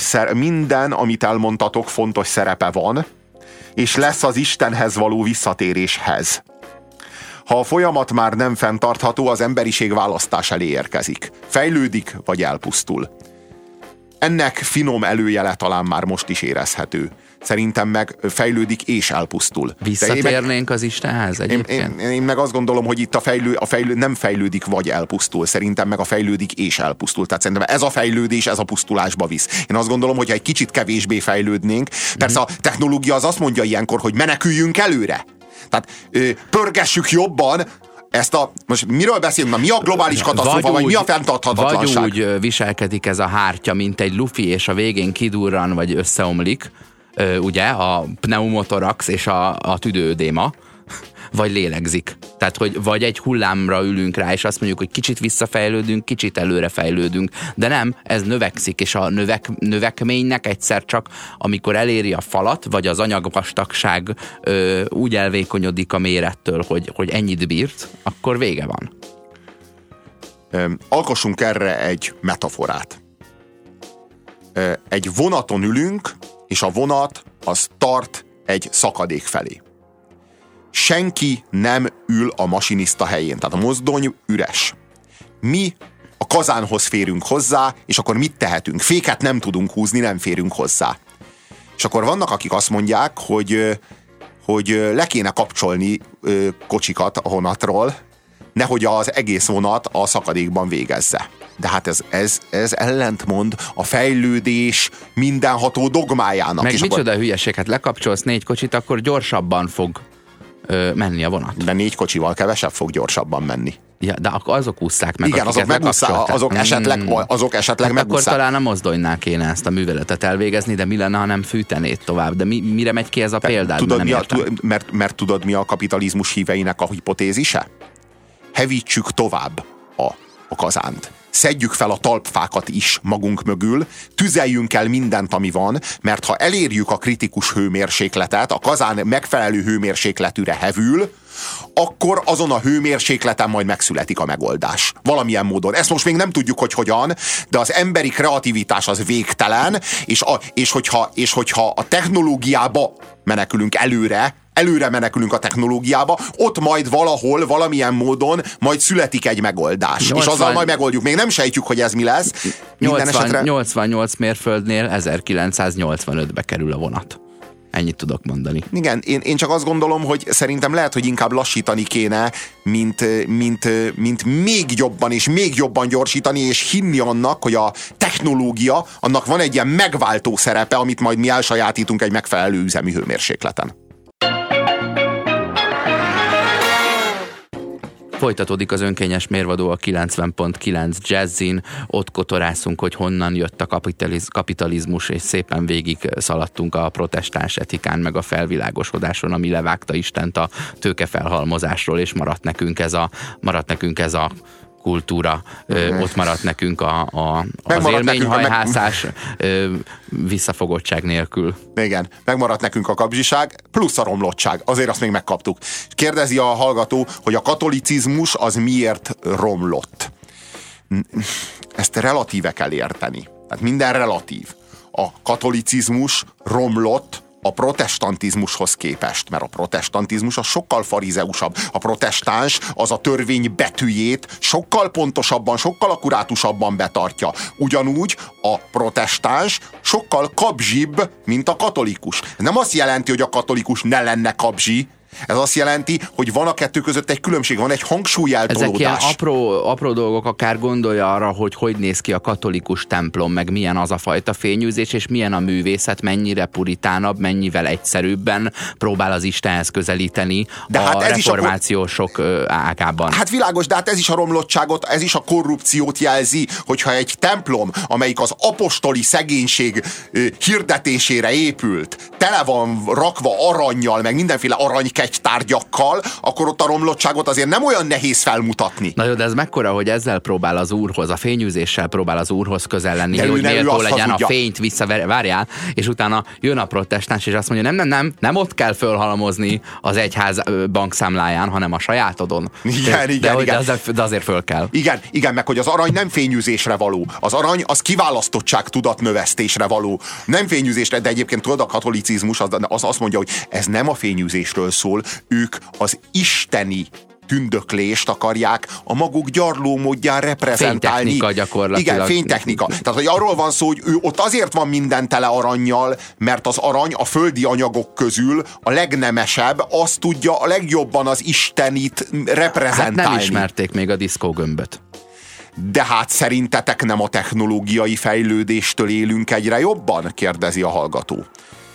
S2: fontos szerepe van, és lesz az Istenhez való visszatéréshez. Ha a folyamat már nem fenntartható, az emberiség választás elé érkezik. Fejlődik, vagy elpusztul. Ennek finom előjele talán már most is érezhető. Szerintem meg fejlődik és elpusztul.
S3: Visszatérnénk az Istenhez egyébként?
S2: Én meg azt gondolom, hogy itt a fejlő nem fejlődik vagy elpusztul. Szerintem meg a fejlődik és elpusztul. Tehát szerintem ez a fejlődés, ez a pusztulásba visz. Én azt gondolom, hogy ha egy kicsit kevésbé fejlődnénk, persze a technológia az azt mondja ilyenkor, hogy meneküljünk előre. Tehát pörgessük jobban most miről beszélünk? Mi a globális katasztrófa, vagy mi a fenntarthatatlanság?
S3: Vagy úgy viselkedik ez a hártya, mint egy lufi, és a végén kidurran, vagy összeomlik, ugye, a pneumotorax és a tüdőödéma, vagy lélegzik. Tehát, hogy vagy egy hullámra ülünk rá, és azt mondjuk, hogy kicsit visszafejlődünk, kicsit előre fejlődünk, de nem, ez növekszik, és a növekménynek egyszer csak, amikor eléri a falat, vagy az anyagvastagság úgy elvékonyodik a mérettől, hogy ennyit bírt, akkor vége van.
S2: Alkossunk erre egy metaforát. Egy vonaton ülünk, és a vonat az tart egy szakadék felé. Senki nem ül a masinista helyén, tehát a mozdony üres. Mi a kazánhoz férünk hozzá, és akkor mit tehetünk? Féket nem tudunk húzni, nem férünk hozzá. És akkor vannak, akik azt mondják, hogy le kéne kapcsolni kocsikat a vonatról, nehogy az egész vonat a szakadékban végezze. De hát ez ellentmond a fejlődés mindenható dogmájának.
S3: Meg micsoda hülyeség, hát lekapcsolsz 4 kocsit, akkor gyorsabban fog menni a vonat.
S2: De 4 kocsival kevesebb fog gyorsabban menni.
S3: Ja, de azok ússzák meg.
S2: Igen, azok esetleg megúszszák.
S3: Akkor talán a mozdonynál kéne ezt a műveletet elvégezni, de mi lenne, ha nem fűtenéd tovább? De mire megy ki ez a példát?
S2: Mert tudod, mi a kapitalizmus híveinek a hipotézise? Hevítsük tovább a kazánt. Szedjük fel a talpfákat is magunk mögül, tüzeljünk el mindent, ami van, mert ha elérjük a kritikus hőmérsékletet, a kazán megfelelő hőmérsékletűre hevül, akkor azon a hőmérsékleten majd megszületik a megoldás. Valamilyen módon. Ezt most még nem tudjuk, hogy hogyan, de az emberi kreativitás az végtelen, és hogyha a technológiába menekülünk előre menekülünk a technológiába, ott majd valahol, valamilyen módon majd születik egy megoldás. És azzal majd megoldjuk. Még nem sejtjük, hogy ez mi lesz.
S3: 88 mérföldnél 1985-be kerül a vonat. Ennyit tudok mondani.
S2: Igen, én csak azt gondolom, hogy szerintem lehet, hogy inkább lassítani kéne, mint még jobban gyorsítani, és hinni annak, hogy a technológia, annak van egy ilyen megváltó szerepe, amit majd mi elsajátítunk egy megfelelő üzemi hőmérsékleten.
S3: Folytatódik az önkényes mérvadó a 90.9 Jazzin, ott kotorászunk, hogy honnan jött a kapitalizmus, és szépen végig szaladtunk a protestáns etikán, meg a felvilágosodáson, ami levágta Istent a tőkefelhalmozásról, és maradt nekünk ez a kultúra, ott maradt nekünk az élményhajhászás visszafogottság nélkül.
S2: Igen, megmaradt nekünk a kapzsiság, plusz a romlottság. Azért azt még megkaptuk. Kérdezi a hallgató, hogy a katolicizmus az miért romlott. Ezt relatíve kell érteni. Tehát minden relatív. A katolicizmus romlott a protestantizmushoz képest, mert a protestantizmus az sokkal farizeusabb. A protestáns az a törvény betűjét sokkal pontosabban, sokkal akkurátusabban betartja. Ugyanúgy a protestáns sokkal kabzsibb, mint a katolikus. Ez nem azt jelenti, hogy a katolikus ne lenne kabzsi, ez azt jelenti, hogy van a kettő között egy különbség, van egy hangsúlyeltolódás.
S3: Ezek ilyen apró dolgok, akár gondolja arra, hogy néz ki a katolikus templom, meg milyen az a fajta fényűzés, és milyen a művészet, mennyire puritánabb, mennyivel egyszerűbben próbál az Istenhez közelíteni de a reformációsok ágában.
S2: Hát világos, de hát ez is a romlottságot, ez is a korrupciót jelzi, hogyha egy templom, amelyik az apostoli szegénység hirdetésére épült, tele van rakva arannyal, meg mindenféle aranykegytárgyakkal, akkor ott a romlottságot azért nem olyan nehéz felmutatni.
S3: Na jó, de ez mekkora, hogy ezzel próbál az Úrhoz, a fényűzéssel próbál az Úrhoz közel lenni, hogy méltó legyen a fényt visszavárjál, és utána jön a protestáns, és azt mondja, nem ott kell fölhalmozni az egyház bankszámláján, hanem a sajátodon.
S2: Igen.
S3: De azért föl kell.
S2: Igen, meg hogy az arany nem fényűzésre való. Az arany az kiválasztottság tudatnövesztésre való. Nem fényűzésre, de egyébként tudod, a katolicizmus az azt mondja, hogy ez nem a fényűzésről szól, ők az isteni tündöklést akarják a maguk gyarló módján reprezentálni.
S3: Fénytechnika gyakorlatilag.
S2: Igen, fénytechnika. Tehát, hogy arról van szó, hogy ő ott azért van minden tele arannyal, mert az arany a földi anyagok közül a legnemesebb, azt tudja a legjobban az istenit reprezentálni.
S3: Hát nem ismerték még a diszkógömböt.
S2: De hát szerintetek nem a technológiai fejlődéstől élünk egyre jobban? Kérdezi a hallgató.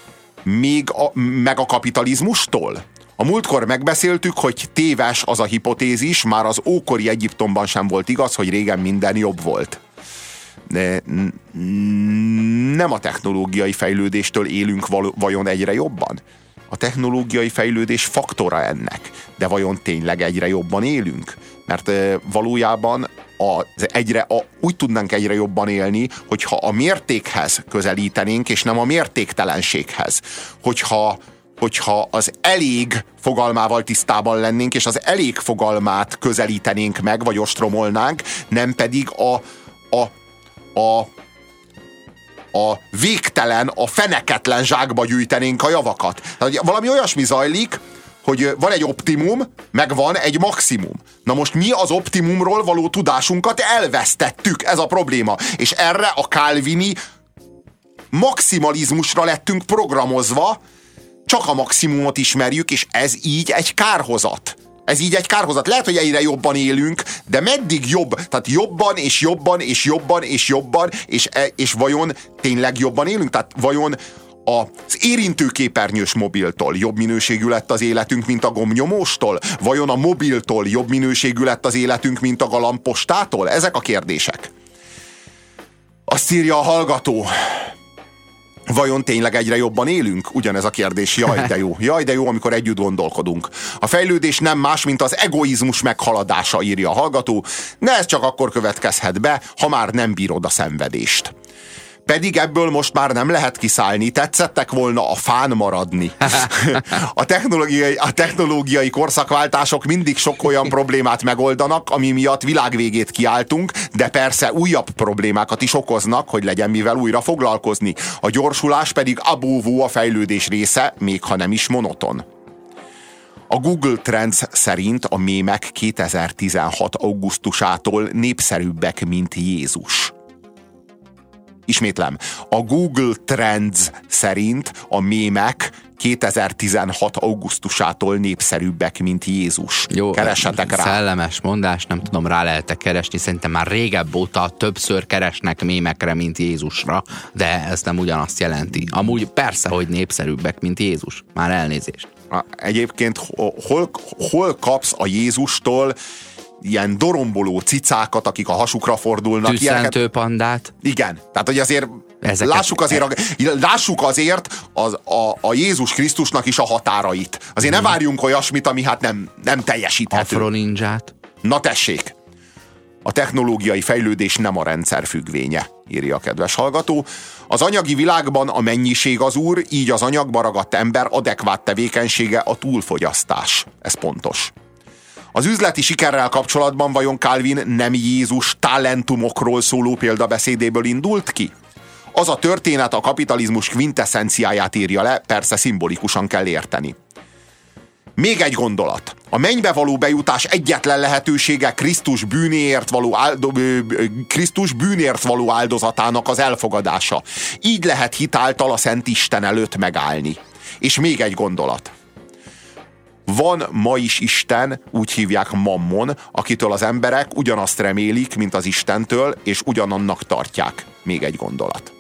S2: Meg a kapitalizmustól? A múltkor megbeszéltük, hogy téves az a hipotézis, már az ókori Egyiptomban sem volt igaz, hogy régen minden jobb volt. De nem a technológiai fejlődéstől élünk vajon egyre jobban? A technológiai fejlődés faktora ennek. De vajon tényleg egyre jobban élünk? Mert valójában úgy tudnánk egyre jobban élni, hogyha a mértékhez közelítenénk, és nem a mértéktelenséghez. Hogyha az elég fogalmával tisztában lennénk, és az elég fogalmát közelítenénk meg, vagy ostromolnánk, nem pedig a végtelen, a feneketlen zsákba gyűjtenénk a javakat. Tehát valami olyasmi zajlik, hogy van egy optimum, meg van egy maximum. Na most mi az optimumról való tudásunkat elvesztettük, ez a probléma. És erre a calvini maximalizmusra lettünk programozva, csak a maximumot ismerjük, és ez így egy kárhozat. Lehet, hogy egyre jobban élünk, de meddig jobb? Tehát jobban, és jobban, és jobban, és jobban, és vajon tényleg jobban élünk? Tehát vajon az érintőképernyős mobiltól jobb minőségű lett az életünk, mint a gombnyomóstól? Vajon a mobiltól jobb minőségű lett az életünk, mint a galambpostától? Ezek a kérdések. Azt írja a hallgató. Vajon tényleg egyre jobban élünk? Ugyanez a kérdés. Jaj, de jó, amikor együtt gondolkodunk. A fejlődés nem más, mint az egoizmus meghaladása, írja a hallgató, de ez csak akkor következhet be, ha már nem bírod a szenvedést. Pedig ebből most már nem lehet kiszállni, tetszettek volna a fán maradni. A technológiai korszakváltások mindig sok olyan problémát megoldanak, ami miatt világvégét kiáltunk, de persze újabb problémákat is okoznak, hogy legyen mivel újra foglalkozni. A gyorsulás pedig abóvó a fejlődés része, még ha nem is monoton. A Google Trends szerint a mémek 2016. augusztusától népszerűbbek, mint Jézus. Ismétlem, a Google Trends szerint a mémek 2016. augusztusától népszerűbbek, mint Jézus.
S3: Jó,
S2: keressetek rá.
S3: Szellemes mondás, nem tudom, rá lehet keresni, szerintem már régebb óta többször keresnek mémekre, mint Jézusra, de ez nem ugyanazt jelenti. Amúgy persze, hogy népszerűbbek, mint Jézus. Már elnézést.
S2: Egyébként hol kapsz a Jézustól ilyen doromboló cicákat, akik a hasukra fordulnak?
S3: Tüsszentő pandát.
S2: Igen, tehát hogy azért lássuk azért a Jézus Krisztusnak is a határait. Azért ne várjunk olyasmit, ami hát nem teljesíthető.
S3: Afro ninját.
S2: Na tessék! A technológiai fejlődés nem a rendszer függvénye, írja a kedves hallgató. Az anyagi világban a mennyiség az úr, így az anyagba ragadt ember adekvát tevékenysége a túlfogyasztás. Ez pontos. Az üzleti sikerrel kapcsolatban vajon Calvin nem Jézus talentumokról szóló példabeszédéből indult ki? Az a történet a kapitalizmus kvintesszenciáját írja le, persze szimbolikusan kell érteni. Még egy gondolat. A mennybe való bejutás egyetlen lehetősége Krisztus bűnért való áldozatának az elfogadása. Így lehet hitáltal a Szent Isten előtt megállni. És még egy gondolat. Van ma is Isten, úgy hívják Mammon, akitől az emberek ugyanazt remélik, mint az Istentől, és ugyanannak tartják. Még egy gondolat.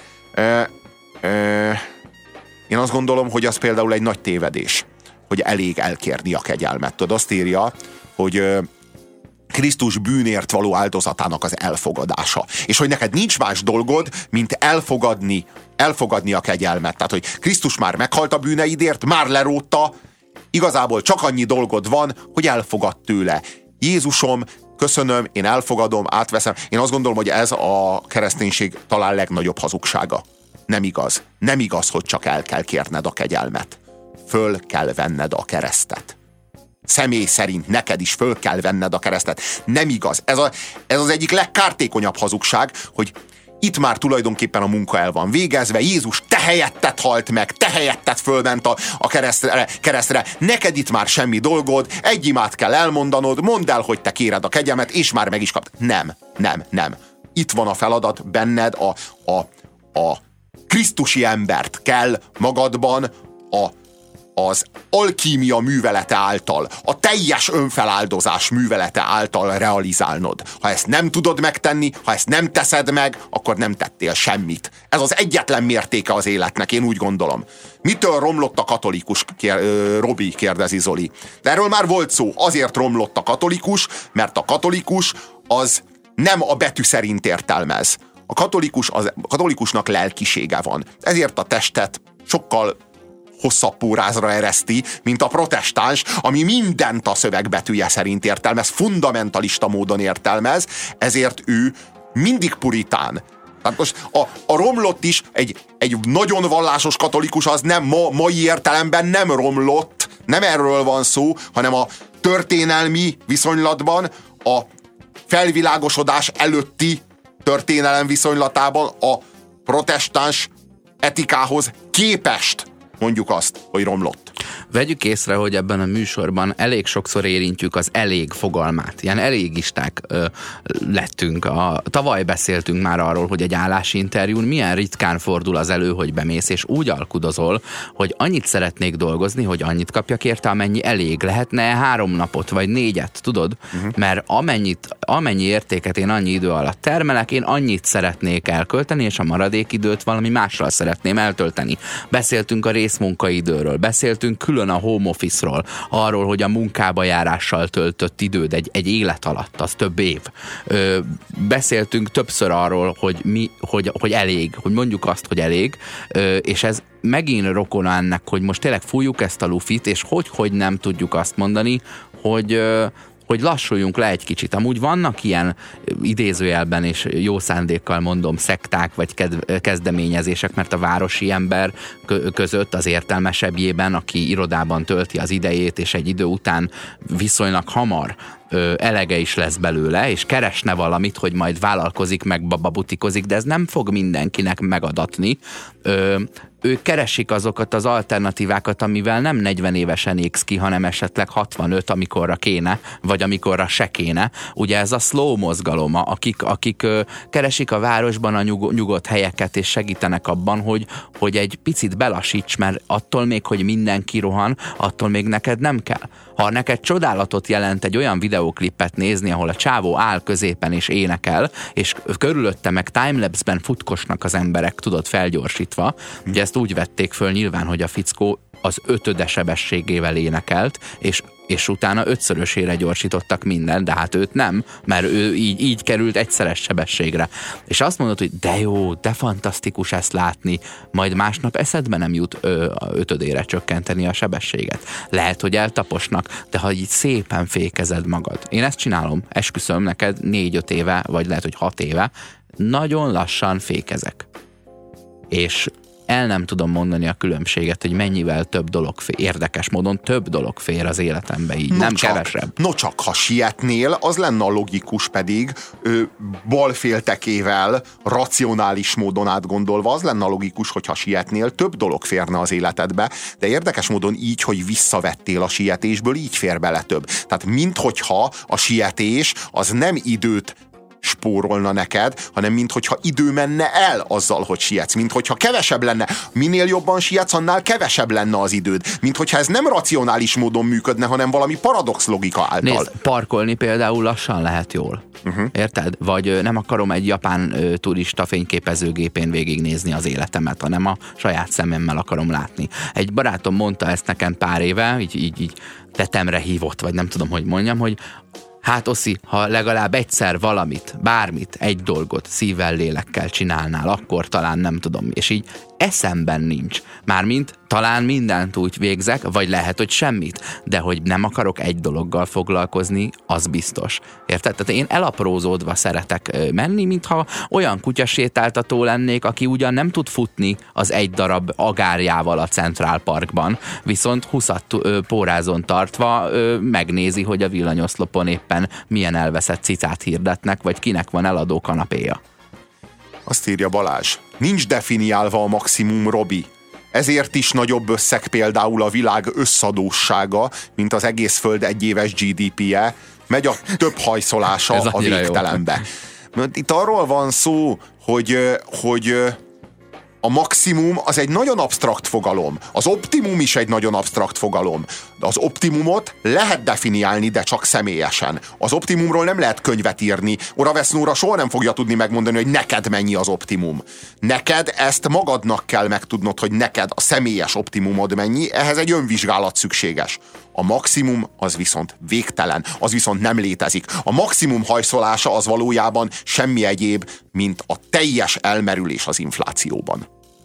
S2: Én azt gondolom, hogy az például egy nagy tévedés, hogy elég elkérni a kegyelmet. Tudod, azt írja, hogy Krisztus bűnért való áldozatának az elfogadása. És hogy neked nincs más dolgod, mint elfogadni a kegyelmet. Tehát, hogy Krisztus már meghalt a bűneidért, már lerótta, igazából csak annyi dolgod van, hogy elfogad tőle. Jézusom, köszönöm, én elfogadom, átveszem. Én azt gondolom, hogy ez a kereszténység talán legnagyobb hazugsága. Nem igaz. Nem igaz, hogy csak el kell kérned a kegyelmet. Föl kell venned a keresztet. Személy szerint neked is föl kell venned a keresztet. Nem igaz. Ez az egyik legkártékonyabb hazugság, hogy itt már tulajdonképpen a munka el van végezve, Jézus te helyetted halt meg, te helyetted fölment a keresztre, neked itt már semmi dolgod, egy imát kell elmondanod, mondd el, hogy te kéred a kegyelmet, és már meg is kapd. Nem. Itt van a feladat benned, a krisztusi embert kell magadban az alkímia művelete által, a teljes önfeláldozás művelete által realizálnod. Ha ezt nem tudod megtenni, ha ezt nem teszed meg, akkor nem tettél semmit. Ez az egyetlen mértéke az életnek, én úgy gondolom. Mitől romlott a katolikus, Robi, kérdezi Zoli. De erről már volt szó. Azért romlott a katolikus, mert a katolikus az nem a betű szerint értelmez. A katolikusnak lelkisége van. Ezért a testet sokkal hosszabb pórázra ereszti, mint a protestáns, ami mindent a szövegbetűje szerint értelmez, fundamentalista módon értelmez, ezért ő mindig puritán. Tehát most a romlott is, egy nagyon vallásos katolikus az nem mai értelemben nem romlott, nem erről van szó, hanem a történelmi viszonylatban, a felvilágosodás előtti történelem viszonylatában a protestáns etikához képest mondjuk azt, hogy romlott.
S3: Vegyük észre, hogy ebben a műsorban elég sokszor érintjük az elég fogalmát. Ilyen elégisták lettünk. Tavaly beszéltünk már arról, hogy egy állásinterjún milyen ritkán fordul az elő, hogy bemész, és úgy alkudozol, hogy annyit szeretnék dolgozni, hogy annyit kapjak érte, amennyi elég. Lehetne 3 napot, vagy 4, tudod? Mert amennyi értéket én annyi idő alatt termelek, én annyit szeretnék elkölteni, és a maradék időt valami mással szeretném eltölteni. Beszéltünk a részmunkaidőről, beszéltünk külön a home office-ról, arról, hogy a munkába járással töltött időd egy élet alatt, az több év. Beszéltünk többször arról, hogy elég, hogy mondjuk azt, hogy elég, és ez megint rokona ennek, hogy most tényleg fújjuk ezt a lufit, és hogy nem tudjuk azt mondani, hogy lassuljunk le egy kicsit. Amúgy vannak ilyen idézőjelben és jó szándékkal mondom szekták vagy kezdeményezések, mert a városi ember között az értelmesebbjében, aki irodában tölti az idejét, és egy idő után viszonylag hamar elege is lesz belőle, és keresne valamit, hogy majd vállalkozik, meg bababutikozik, de ez nem fog mindenkinek megadatni. Ők keresik azokat az alternatívákat, amivel nem 40 évesen égsz ki, hanem esetleg 65, amikorra kéne, vagy amikorra se kéne. Ugye ez a slow mozgalom, akik keresik a városban a nyugodt helyeket, és segítenek abban, hogy egy picit belassíts, mert attól még, hogy mindenki rohan, attól még neked nem kell. Ha neked csodálatot jelent egy olyan videóklipet nézni, ahol a csávó áll középen és énekel, és körülötte meg timelapse-ben futkosnak az emberek, tudod, felgyorsítva, ugye ezt úgy vették föl nyilván, hogy a fickó az 5. sebességével énekelt, és utána 5-szörösére gyorsítottak mindent, de hát őt nem, mert ő így került egyszeres sebességre. És azt mondod, hogy de jó, de fantasztikus ezt látni, majd másnap eszedbe nem jut 5-ére csökkenteni a sebességet. Lehet, hogy eltaposnak, de ha így szépen fékezed magad. Én ezt csinálom, esküszöm neked 4-5 éve, vagy lehet, hogy 6 éve, nagyon lassan fékezek. És el nem tudom mondani a különbséget, hogy mennyivel több dolog fér, érdekes módon több dolog fér az életembe így, nem kevesebb.
S2: No csak, ha sietnél, az lenne a logikus pedig, balféltekével, racionális módon átgondolva, az lenne a logikus, hogyha sietnél, több dolog férne az életedbe, de érdekes módon így, hogy visszavettél a sietésből, így fér bele több. Tehát minthogyha a sietés az nem időt spórolna neked, hanem minthogyha idő menne el azzal, hogy sietsz, minthogyha kevesebb lenne. Minél jobban sietsz, annál kevesebb lenne az időd. Minthogyha ez nem racionális módon működne, hanem valami paradox logika által.
S3: Nézd, parkolni például lassan lehet jól. Érted? Vagy nem akarom egy japán turista fényképezőgépén végignézni az életemet, hanem a saját szememmel akarom látni. Egy barátom mondta ezt nekem pár éve, így tetemre hívott, vagy nem tudom, hogy mondjam, hogy hát Oszi, ha legalább egyszer valamit, bármit, egy dolgot szívvel, lélekkel csinálnál, akkor talán nem tudom. És így eszemben nincs. Mármint talán mindent úgy végzek, vagy lehet, hogy semmit, de hogy nem akarok egy dologgal foglalkozni, az biztos. Érted? Tehát én elaprózódva szeretek menni, mintha olyan kutyasétáltató lennék, aki ugyan nem tud futni az egy darab agárjával a Central Parkban, viszont 20 pórázon tartva megnézi, hogy a villanyoszlopon éppen milyen elveszett cicát hirdetnek, vagy kinek van eladó kanapéja.
S2: Azt írja Balázs. Nincs definiálva a maximum, Robi. Ezért is nagyobb összeg például a világ összadóssága, mint az egész föld egyéves GDP-je, megy a több hajszolása a végtelenbe. Itt arról van szó, hogy a maximum az egy nagyon absztrakt fogalom. Az optimum is egy nagyon absztrakt fogalom. De az optimumot lehet definiálni, de csak személyesen. Az optimumról nem lehet könyvet írni. Oravesznóra soha nem fogja tudni megmondani, hogy neked mennyi az optimum. Neked ezt magadnak kell megtudnod, hogy neked a személyes optimumod mennyi, ehhez egy önvizsgálat szükséges. A maximum az viszont végtelen, az viszont nem létezik. A maximum hajszolása az valójában semmi egyéb, mint a teljes elmerülés az inflációban.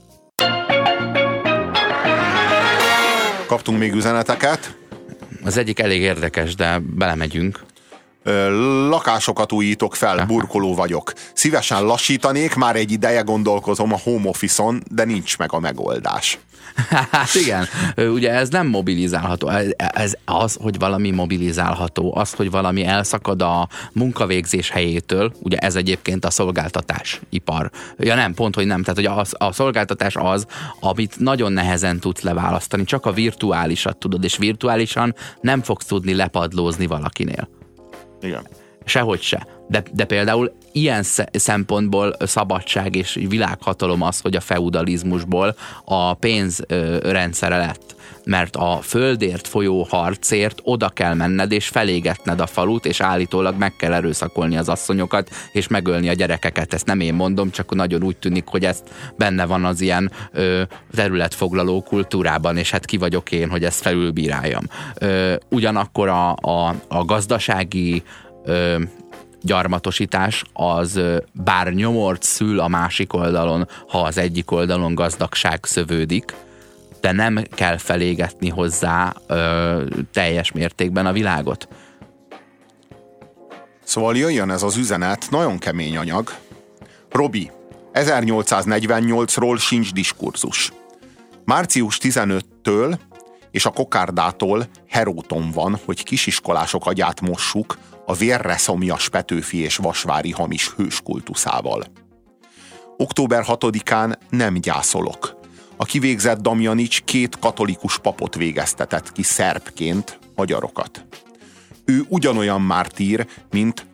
S2: Kaptunk még üzeneteket.
S3: Az egyik elég érdekes, de belemegyünk.
S2: Lakásokat újítok fel, burkoló vagyok. Szívesen lassítanék, már egy ideje gondolkozom a home office-on, de nincs meg a megoldás.
S3: Hát igen, ugye ez nem mobilizálható. Ez az, hogy valami mobilizálható, az, hogy valami elszakad a munkavégzés helyétől, ugye ez egyébként a szolgáltatásipar. Ja nem, pont, hogy nem. Tehát, hogy a szolgáltatás az, amit nagyon nehezen tudsz leválasztani, csak a virtuálisat tudod, és virtuálisan nem fogsz tudni lepadlózni valakinél.
S2: Igen.
S3: Sehogy se. De például ilyen szempontból szabadság és világhatalom az, hogy a feudalizmusból a pénz rendszere lett. Mert a földért folyó harcért oda kell menned, és felégetned a falut, és állítólag meg kell erőszakolni az asszonyokat, és megölni a gyerekeket. Ezt nem én mondom, csak nagyon úgy tűnik, hogy ezt benne van az ilyen területfoglaló kultúrában, és hát ki vagyok én, hogy ezt felülbíráljam. Ugyanakkor a gazdasági gyarmatosítás az bár nyomort szül a másik oldalon, ha az egyik oldalon gazdagság szövődik, de nem kell felégetni hozzá teljes mértékben a világot.
S2: Szóval jöjjön ez az üzenet, nagyon kemény anyag. Robi, 1848-ról sincs diskurzus. Március 15-től és a kokárdától Heróton van, hogy kisiskolások agyát mossuk, a vérre szomjas Petőfi és Vasvári hamis hőskultuszával. Október 6-án nem gyászolok. A kivégzett Damjanics 2 katolikus papot végeztetett ki szerbként magyarokat. Ő ugyanolyan mártír, mint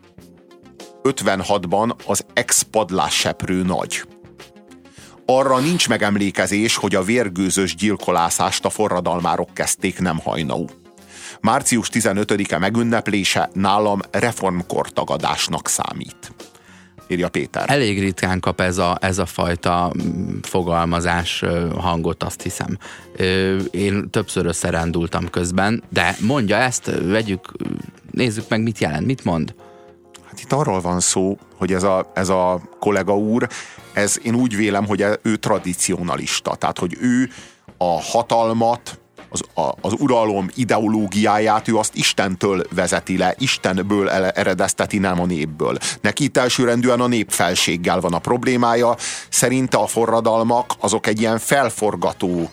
S2: 56-ban az ex-padlásseprő nagy. Arra nincs megemlékezés, hogy a vérgőzös gyilkolászást a forradalmárok kezdték nem hajnau. Március 15-e megünneplése nálam reformkortagadásnak számít. Írja Péter.
S3: Elég ritkán kap ez a fajta fogalmazás hangot, azt hiszem. Én többször összerándultam közben, de mondja ezt, nézzük meg, mit jelent, mit mond.
S2: Hát itt arról van szó, hogy ez a kollega úr, én úgy vélem, hogy ő tradicionalista. Tehát, hogy ő a hatalmat, az uralom ideológiáját, ő azt Istentől vezeti le, Istenből eredezteti, nem a népből. Neki itt elsőrendűen a népfelséggel van a problémája. Szerinte a forradalmak azok egy ilyen felforgató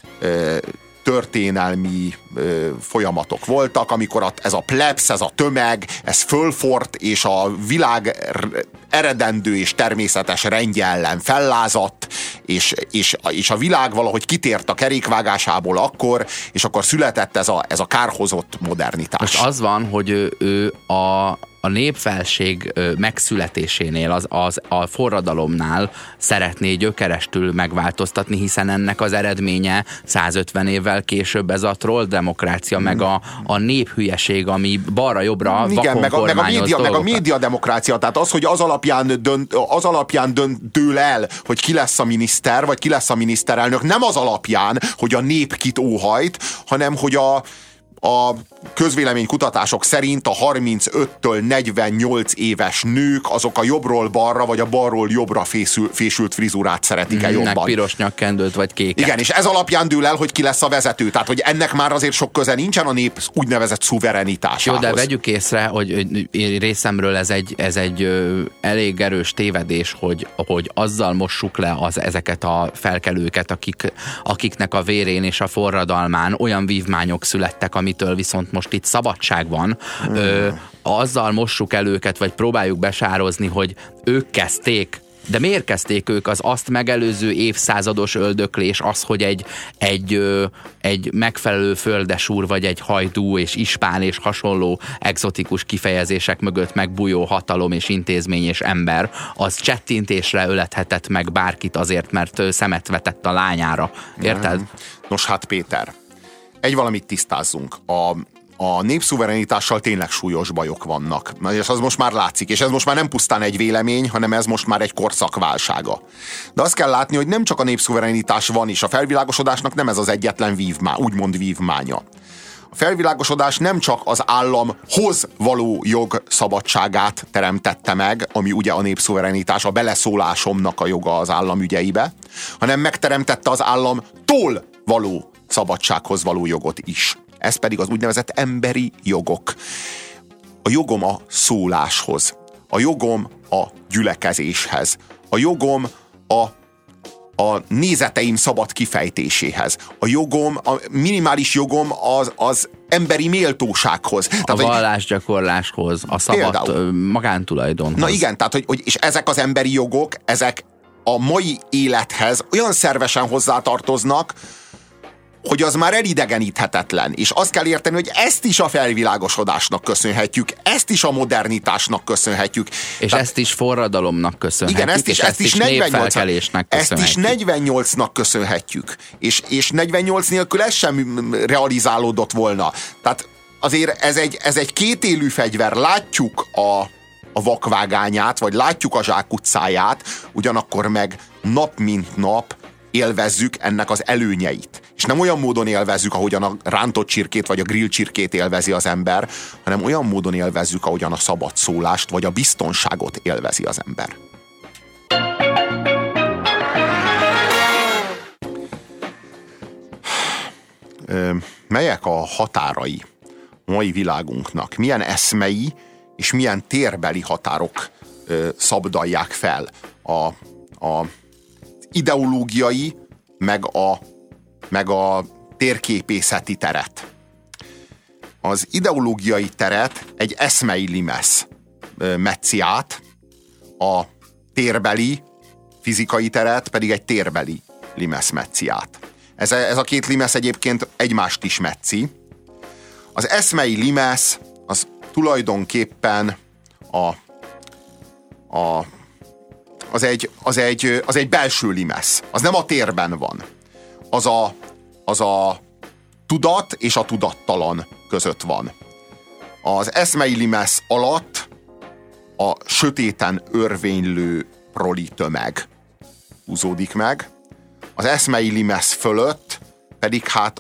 S2: történelmi folyamatok voltak, amikor ez a plebs, ez a tömeg, ez fölfort, és a világ eredendő és természetes rendje ellen fellázadt, és a világ valahogy kitért a kerékvágásából akkor, és akkor született ez a kárhozott modernitás.
S3: Most az van, hogy ő a népfelség megszületésénél, a forradalomnál szeretné gyökerestül megváltoztatni, hiszen ennek az eredménye 150 évvel később ez a troll demokrácia, meg a néphülyeség, ami balra-jobbra
S2: vakon kormányoz meg a média demokrácia, tehát az, hogy az alapján dől el, hogy ki lesz a miniszter, vagy ki lesz a miniszterelnök, nem az alapján, hogy a nép kit óhajt, hanem hogy a közvéleménykutatások szerint a 35-től 48 éves nők azok a jobbról balra, vagy a balról jobbra fésült frizurát szeretik-e jobban.
S3: Meg piros nyakkendőt, vagy kéket.
S2: Igen, és ez alapján dől el, hogy ki lesz a vezető. Tehát, hogy ennek már azért sok köze nincsen a nép úgynevezett szuverenitásához.
S3: Jó, de vegyük észre, hogy részemről ez egy elég erős tévedés, hogy azzal mossuk le ezeket a felkelőket, akiknek a vérén és a forradalmán olyan vívmányok születtek, amitől viszont most itt szabadság van, azzal mossuk el őket, vagy próbáljuk besározni, hogy ők kezdték. De miért kezdték ők? Az azt megelőző évszázados öldöklés, az, hogy egy megfelelő földesúr, vagy egy hajdú és ispán és hasonló egzotikus kifejezések mögött megbújó hatalom és intézmény és ember, az csettintésre ölethetett meg bárkit azért, mert szemet vetett a lányára. Érted?
S2: Nos hát Péter, egy valamit tisztázzunk. A népszuverenitással tényleg súlyos bajok vannak. És az most már látszik, és ez most már nem pusztán egy vélemény, hanem ez most már egy korszak válsága. De azt kell látni, hogy nem csak a népszuverenitás van, és a felvilágosodásnak nem ez az egyetlen úgymond vívmánya. A felvilágosodás nem csak az államhoz való jog szabadságát teremtette meg, ami ugye a népszuverenitás, a beleszólásomnak a joga az állam ügyeibe, hanem megteremtette az államtól való szabadsághoz való jogot is. Ez pedig az úgynevezett emberi jogok. A jogom a szóláshoz, a jogom a gyülekezéshez, a jogom a nézeteim szabad kifejtéséséhez, a minimális jogom az emberi méltósághoz.
S3: A vallásgyakorláshoz, a szabad magántulajdonhoz.
S2: Na igen, tehát, és ezek az emberi jogok, ezek a mai élethez olyan szervesen hozzátartoznak, hogy az már elidegeníthetetlen. És azt kell érteni, hogy ezt is a felvilágosodásnak köszönhetjük, ezt is a modernitásnak köszönhetjük.
S3: És ezt is forradalomnak köszönhetjük.
S2: Igen, ezt is
S3: népfelkelésnek köszönhetjük.
S2: Ezt is 48-nak köszönhetjük. És 48 nélkül ez sem realizálódott volna. Tehát azért ez egy kétélű fegyver. Látjuk a vakvágányát, vagy látjuk a zsákutcáját, ugyanakkor meg nap mint nap élvezzük ennek az előnyeit. És nem olyan módon élvezzük, ahogyan a rántott csirkét vagy a grill csirkét élvezi az ember, hanem olyan módon élvezzük, ahogyan a szabad szólást vagy a biztonságot élvezi az ember. Melyek a határai a mai világunknak? Milyen eszmei és milyen térbeli határok szabdalják fel a ideológiai, meg a térképészeti teret? az ideológiai teret egy eszmei limesz metszi át, a térbeli fizikai teret pedig egy térbeli limesz metszi át. Ez a két limesz egyébként egymást is metszi. Az eszmei limesz az tulajdonképpen az egy belső limesz. Az nem a térben van. Az a tudat és a tudattalan között van. Az eszmei limesz alatt a sötéten örvénylő proli tömeg húzódik meg. Az eszmei limesz fölött pedig hát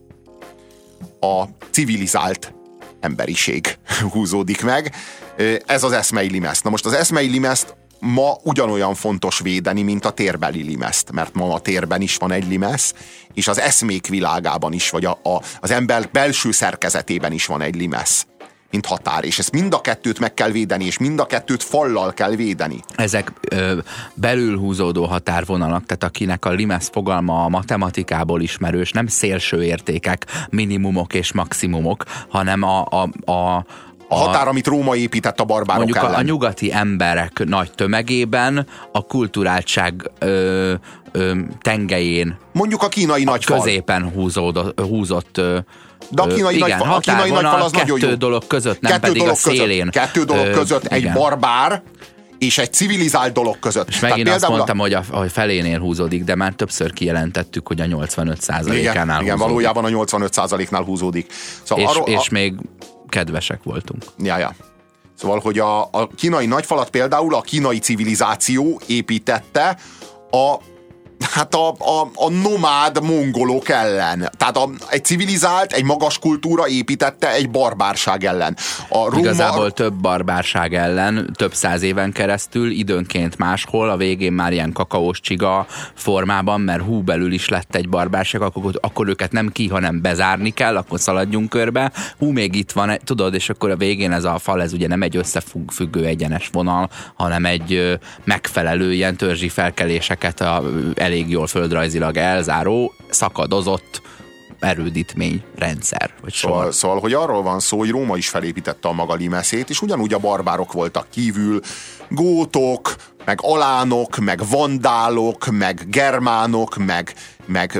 S2: a civilizált emberiség húzódik meg. Ez az eszmei limesz. Na most az eszmei limeszt ma ugyanolyan fontos védeni, mint a térbeli limeszt, mert ma a térben is van egy limesz, és az eszmék világában is, vagy az ember belső szerkezetében is van egy limesz, mint határ, és ezt mind a kettőt meg kell védeni, és mind a kettőt fallal kell védeni.
S3: Ezek belül húzódó határvonalak, tehát akinek a limesz fogalma a matematikából ismerős, nem szélső értékek, minimumok és maximumok, hanem a
S2: határ, amit Róma épített a barbárok
S3: mondjuk
S2: ellen.
S3: A nyugati emberek nagy tömegében a kulturáltság tengelyén,
S2: mondjuk a kínai nagyfal.
S3: Középen húzott
S2: de a kínai nagyfal az nagyon jó.
S3: Kettő dolog között, nem pedig a szélén.
S2: Kettő dolog között egy barbár és egy civilizált dolog között.
S3: És megint azt mondtam, hogy a felénél húzódik, de már többször kijelentettük, hogy a 85%-ánál húzódik.
S2: Igen, valójában a 85%-nál húzódik. Szóval
S3: és még kedvesek voltunk.
S2: Ja. Szóval, hogy a kínai nagyfalat például a kínai civilizáció építette a nomád mongolok ellen. Tehát egy civilizált, egy magas kultúra építette egy barbárság ellen.
S3: Igazából több barbárság ellen, több 100 éven keresztül, időnként máshol, a végén már ilyen kakaós csiga formában, mert hú belül is lett egy barbárság, akkor őket nem hanem bezárni kell, akkor szaladjunk körbe. Hú, még itt van, tudod, és akkor a végén ez a fal, ez ugye nem egy összefüggő egyenes vonal, hanem egy megfelelő ilyen törzsi felkeléseket elég jól földrajzilag elzáró, szakadozott erődítményrendszer.
S2: Szóval, hogy arról van szó, hogy Róma is felépítette a maga limeszét, és ugyanúgy a barbárok voltak kívül, gótok, meg alánok, meg vandálok, meg germánok, meg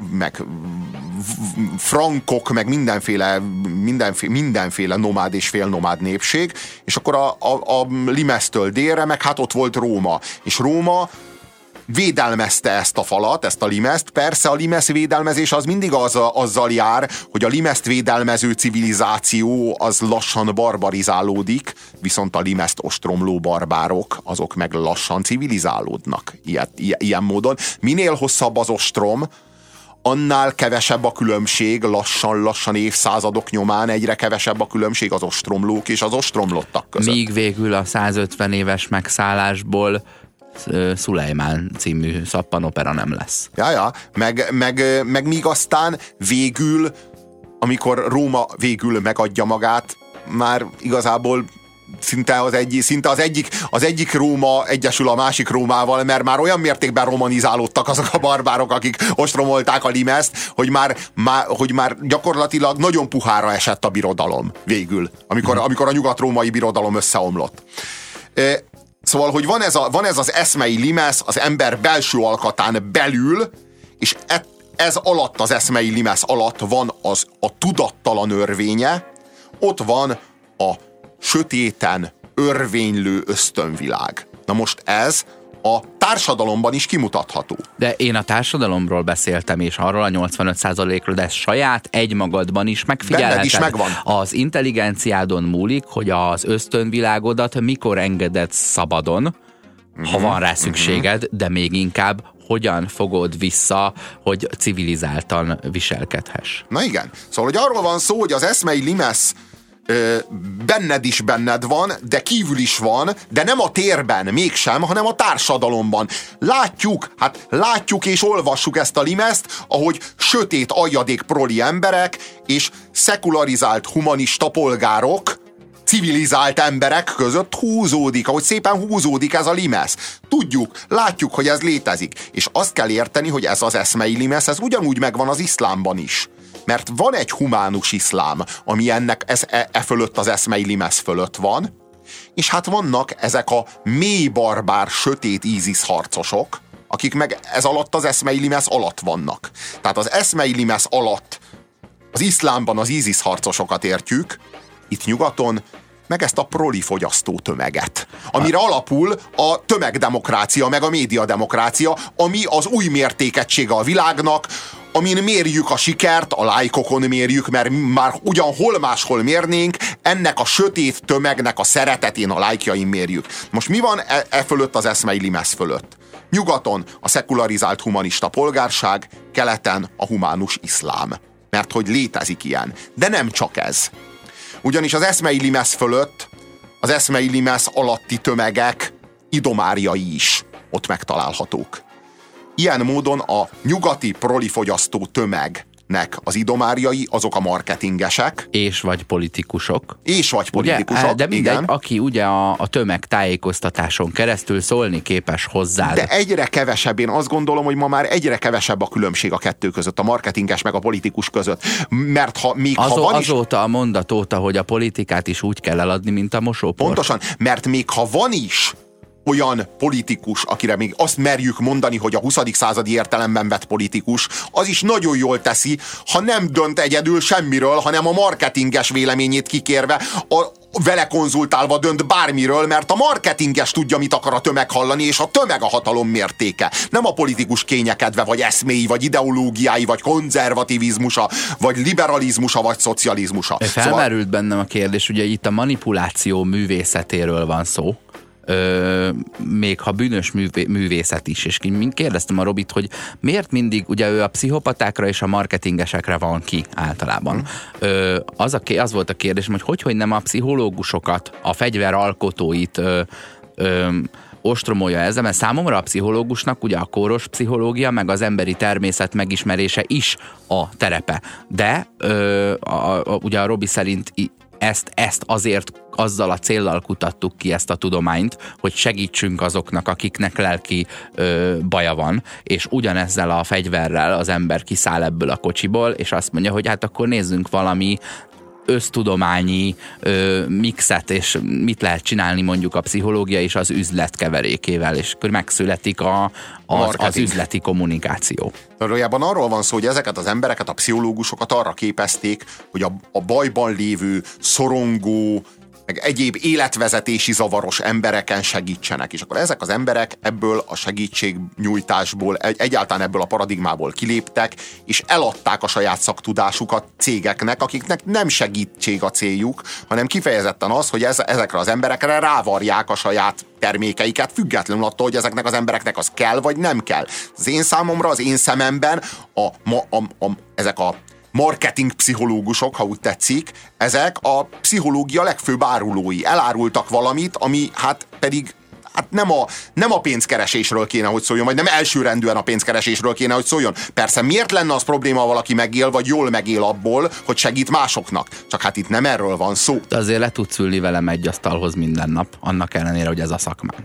S2: frankok, meg mindenféle nomád és félnomád népség, és akkor a limesztől délre, meg hát ott volt Róma. És Róma védelmezte ezt a falat, ezt a limeszt. Persze a limesz védelmezés az mindig azzal jár, hogy a limeszt védelmező civilizáció az lassan barbarizálódik, viszont a limeszt ostromló barbárok, azok meg lassan civilizálódnak. Ilyen módon. Minél hosszabb az ostrom, annál kevesebb a különbség, lassan évszázadok nyomán egyre kevesebb a különbség az ostromlók és az ostromlottak között.
S3: Míg végül a 150 éves megszállásból Szulejmán című szappanopera nem lesz.
S2: Ja, meg míg aztán végül, amikor Róma végül megadja magát, már igazából szinte az egyik Róma egyesül a másik Rómával, mert már olyan mértékben romanizálódtak azok a barbárok, akik ostromolták a limeszt, hogy már gyakorlatilag nagyon puhára esett a birodalom végül, amikor a nyugat-római birodalom összeomlott. Szóval, hogy van ez az eszmei limesz az ember belső alkatán belül, és ez alatt, az eszmei limesz alatt van a tudattalan örvénye, ott van a sötéten örvénylő ösztönvilág. Na most ez a társadalomban is kimutatható.
S3: De én a társadalomról beszéltem, és arról a 85%-ról, de ez saját egymagadban is megfigyelheted.
S2: Benned is megvan.
S3: Az intelligenciádon múlik, hogy az ösztönvilágodat mikor engeded szabadon, ha van rá szükséged, de még inkább hogyan fogod vissza, hogy civilizáltan viselkedhess.
S2: Na igen. Szóval, hogy arról van szó, hogy az eszmei limesz benned van, de kívül is van, de nem a térben mégsem, hanem a társadalomban. Látjuk és olvassuk ezt a limeszt, ahogy sötét aljadék proli emberek és szekularizált humanista polgárok, civilizált emberek között húzódik, ahogy szépen húzódik ez a limesz. Látjuk, hogy ez létezik. És azt kell érteni, hogy ez az eszmei limesz, ez ugyanúgy megvan az iszlámban is. mert van egy humánus iszlám, ami e fölött, az eszmei limesz fölött van, és hát vannak ezek a mély barbár, sötét ISIS harcosok, akik meg ez alatt az eszmei limesz alatt vannak. Tehát az eszmei limesz alatt az iszlámban az ISIS harcosokat értjük, itt nyugaton meg ezt a proli fogyasztó tömeget, amire alapul a tömegdemokrácia, meg a médiademokrácia, ami az új mértékegysége a világnak, amin mérjük a sikert, a lájkokon mérjük, mert már ugyanhol máshol mérnénk, ennek a sötét tömegnek a szeretetén a lájkjain mérjük. Most mi van e fölött, az eszmei limesz fölött? Nyugaton a szekularizált humanista polgárság, keleten a humánus iszlám. Mert hogy létezik ilyen. De nem csak ez. Ugyanis az eszmei limesz fölött, az eszmei limesz alatti tömegek idomárjai is ott megtalálhatók. Ilyen módon a nyugati prolifogyasztó tömegnek az idomárjai azok a marketingesek.
S3: És vagy politikusok.
S2: Ugye,
S3: de mindegy,
S2: igen.
S3: aki ugye a tömegtájékoztatáson keresztül szólni képes hozzá.
S2: De egyre kevesebb, én azt gondolom, hogy ma már egyre kevesebb a különbség a kettő között, a marketinges meg a politikus között. Mert ha van is...
S3: Azóta a mondat óta, hogy a politikát is úgy kell eladni, mint a mosóport.
S2: Pontosan, mert még ha van is olyan politikus, akire még azt merjük mondani, hogy a 20. századi értelemben vett politikus, az is nagyon jól teszi, ha nem dönt egyedül semmiről, hanem a marketinges véleményét kikérve, vele konzultálva dönt bármiről, mert a marketinges tudja, mit akar a tömeg hallani, és a tömeg a hatalom mértéke. Nem a politikus kényekedve, vagy eszméi, vagy ideológiái, vagy konzervativizmusa, vagy liberalizmusa, vagy szocializmusa.
S3: Felmerült bennem a kérdés, ugye itt a manipuláció művészetéről van szó. Még ha bűnös művészet is, és mind kérdeztem a Robit, hogy miért mindig, ugye ő a pszichopatákra és a marketingesekre van ki általában. Az volt a kérdésem, hogy nem a pszichológusokat, a fegyveralkotóit ostromolja ezzel, mert számomra a pszichológusnak ugye a kóros pszichológia, meg az emberi természet megismerése is a terepe. De ugye a Robi szerint ezt azért azzal a céllal kutattuk ki ezt a tudományt, hogy segítsünk azoknak, akiknek lelki baja van, és ugyanezzel a fegyverrel az ember kiszáll ebből a kocsiból, és azt mondja, hogy hát akkor nézzünk valami össztudományi mixet, és mit lehet csinálni mondjuk a pszichológia és az üzlet keverékével, és akkor megszületik az üzleti kommunikáció.
S2: Valójában arról van szó, hogy ezeket az embereket, a pszichológusokat arra képezték, hogy a bajban lévő, szorongó, meg egyéb életvezetési zavaros embereken segítsenek. És akkor ezek az emberek ebből a segítségnyújtásból, egyáltalán ebből a paradigmából kiléptek, és eladták a saját szaktudásukat cégeknek, akiknek nem segítség a céljuk, hanem kifejezetten az, hogy ezekre az emberekre rávarják a saját termékeiket, függetlenül attól, hogy ezeknek az embereknek az kell, vagy nem kell. Az én számomra, az én szememben ezek a marketing pszichológusok, ha úgy tetszik, ezek a pszichológia legfőbb árulói. Elárultak valamit, ami hát pedig nem a pénzkeresésről kéne, hogy szóljon, vagy nem elsőrendűen a pénzkeresésről kéne, hogy szóljon. Persze miért lenne az probléma, ha valaki megél, vagy jól megél abból, hogy segít másoknak? Csak hát itt nem erről van szó.
S3: De azért le tudsz ülni velem egy asztalhoz minden nap, annak ellenére, hogy ez a szakmám.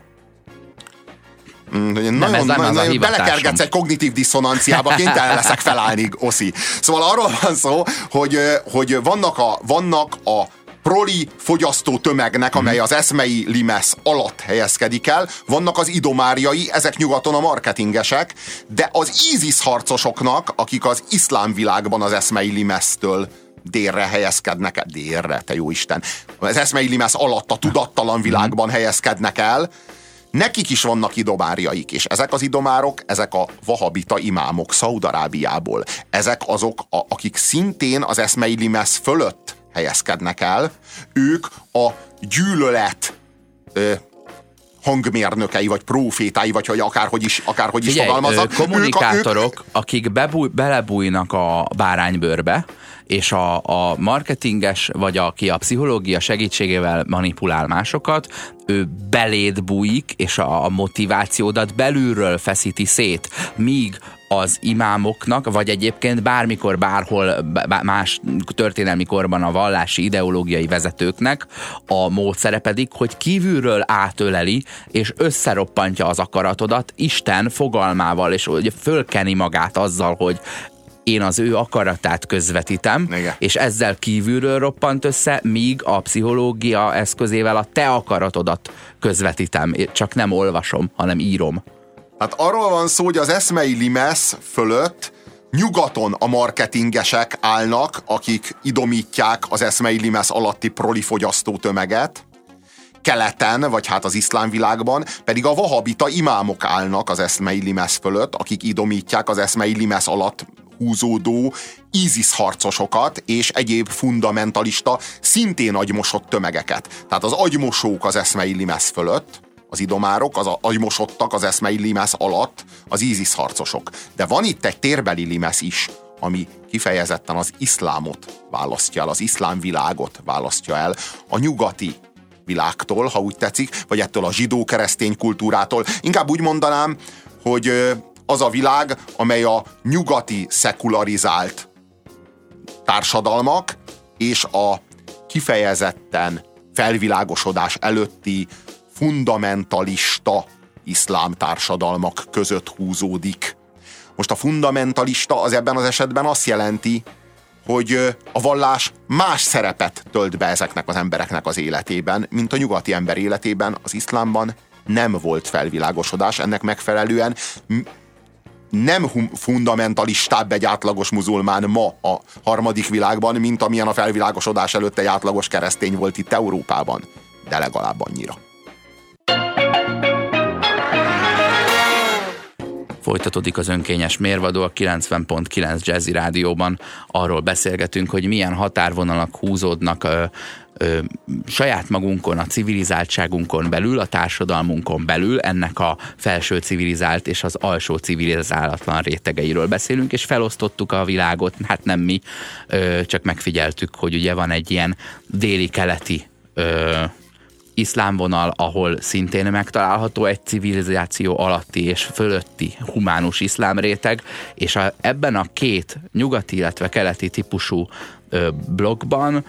S2: Nagyon belekergetsz egy kognitív diszonanciába, kénytelen leszek felállni, Oszi. Szóval arról van szó, hogy vannak a proli fogyasztó tömegnek, amely az eszmei limesz alatt helyezkedik el, vannak az idomárjai, ezek nyugaton a marketingesek, de az ISIS harcosoknak, akik az iszlám világban az eszmei limesztől délre helyezkednek el, délre, te jó Isten, az eszmei limesz alatt a tudattalan világban helyezkednek el, nekik is vannak idomárjaik, és ezek az idomárok, ezek a vahabita imámok Szaúd-Arábiából. Ezek azok, akik szintén az eszmei limesz fölött helyezkednek el. Ők a gyűlölet hangmérnökei, vagy prófétái, vagy hogy akárhogy is fogalmazzak.
S3: Kommunikátorok, akik belebújnak a báránybőrbe, és a marketinges, vagy aki a pszichológia segítségével manipulál másokat, ő beléd bújik, és a motivációdat belülről feszíti szét, míg az imámoknak, vagy egyébként bármikor, bárhol más történelmi korban a vallási ideológiai vezetőknek a módszere pedig, hogy kívülről átöleli, és összeroppantja az akaratodat Isten fogalmával, és fölkeni magát azzal, hogy én az ő akaratát közvetítem,
S2: igen,
S3: és ezzel kívülről roppant össze, míg a pszichológia eszközével a te akaratodat közvetítem. Csak nem olvasom, hanem írom.
S2: Hát arról van szó, hogy az eszmei limesz fölött nyugaton a marketingesek állnak, akik idomítják az eszmei limesz alatti prolifogyasztó tömeget, keleten, vagy hát az iszlám világban pedig a vahabita imámok állnak az eszmei limesz fölött, akik idomítják az eszmei limesz alatt húzódó ISIS harcosokat és egyéb fundamentalista, szintén agymosott tömegeket. Tehát az agymosók az eszmei limesz fölött, az idomárok, az agymosottak az eszmei limesz alatt az ISIS harcosok. De van itt egy térbeli limesz is, ami kifejezetten az iszlámot választja el, az iszlám világot választja el a nyugati világtól, ha úgy tetszik, vagy ettől a zsidó-keresztény kultúrától. Inkább úgy mondanám, hogy az a világ, amely a nyugati szekularizált társadalmak és a kifejezetten felvilágosodás előtti fundamentalista iszlám társadalmak között húzódik. Most a fundamentalista az ebben az esetben azt jelenti, hogy a vallás más szerepet tölt be ezeknek az embereknek az életében, mint a nyugati ember életében. Az iszlámban nem volt felvilágosodás, ennek megfelelően nem fundamentalistább egy átlagos muzulmán ma a harmadik világban, mint amilyen a felvilágosodás előtt egy átlagos keresztény volt itt Európában. De legalább annyira.
S3: Folytatódik az önkényes mérvadó a 90.9 Jazzy Rádióban. Arról beszélgetünk, hogy milyen határvonalak húzódnak saját magunkon, a civilizáltságunkon belül, a társadalmunkon belül, ennek a felső civilizált és az alsó civilizálatlan rétegeiről beszélünk, és felosztottuk a világot, hát nem mi, csak megfigyeltük, hogy ugye van egy ilyen déli-keleti iszlámvonal, ahol szintén megtalálható egy civilizáció alatti és fölötti humánus iszlám réteg, és ebben a két nyugati, illetve keleti típusú blokkban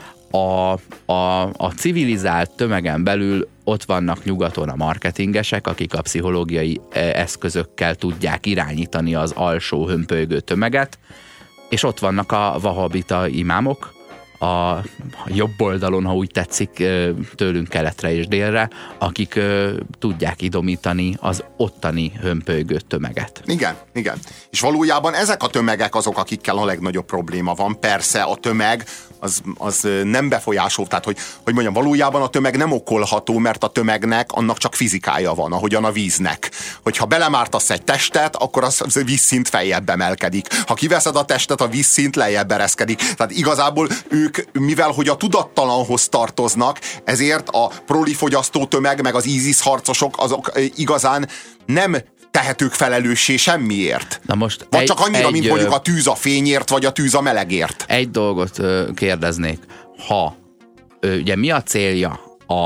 S3: a civilizált tömegen belül ott vannak nyugaton a marketingesek, akik a pszichológiai eszközökkel tudják irányítani az alsó hömpölygő tömeget, és ott vannak a vahabita imámok, a jobb oldalon, ha úgy tetszik, tőlünk keletre és délre, akik tudják idomítani az ottani hömpölygő tömeget.
S2: Igen, igen. És valójában ezek a tömegek azok, akikkel a legnagyobb probléma van. Persze a tömeg az nem befolyásol, tehát hogy mondjam, valójában a tömeg nem okolható, mert a tömegnek annak csak fizikája van, ahogyan a víznek. Hogyha belemártasz egy testet, akkor az vízszint feljebb emelkedik. Ha kiveszed a testet, a vízszint lejjebb ereszkedik. Tehát igazából ők, mivel hogy a tudattalanhoz tartoznak, ezért a prolifogyasztó tömeg, meg az ISIS harcosok, azok igazán nem tehetők felelőssé semmiért. Na most vagy csak annyira, mint mondjuk a tűz a fényért, vagy a tűz a melegért.
S3: Egy dolgot kérdeznék. Ha ugye mi a célja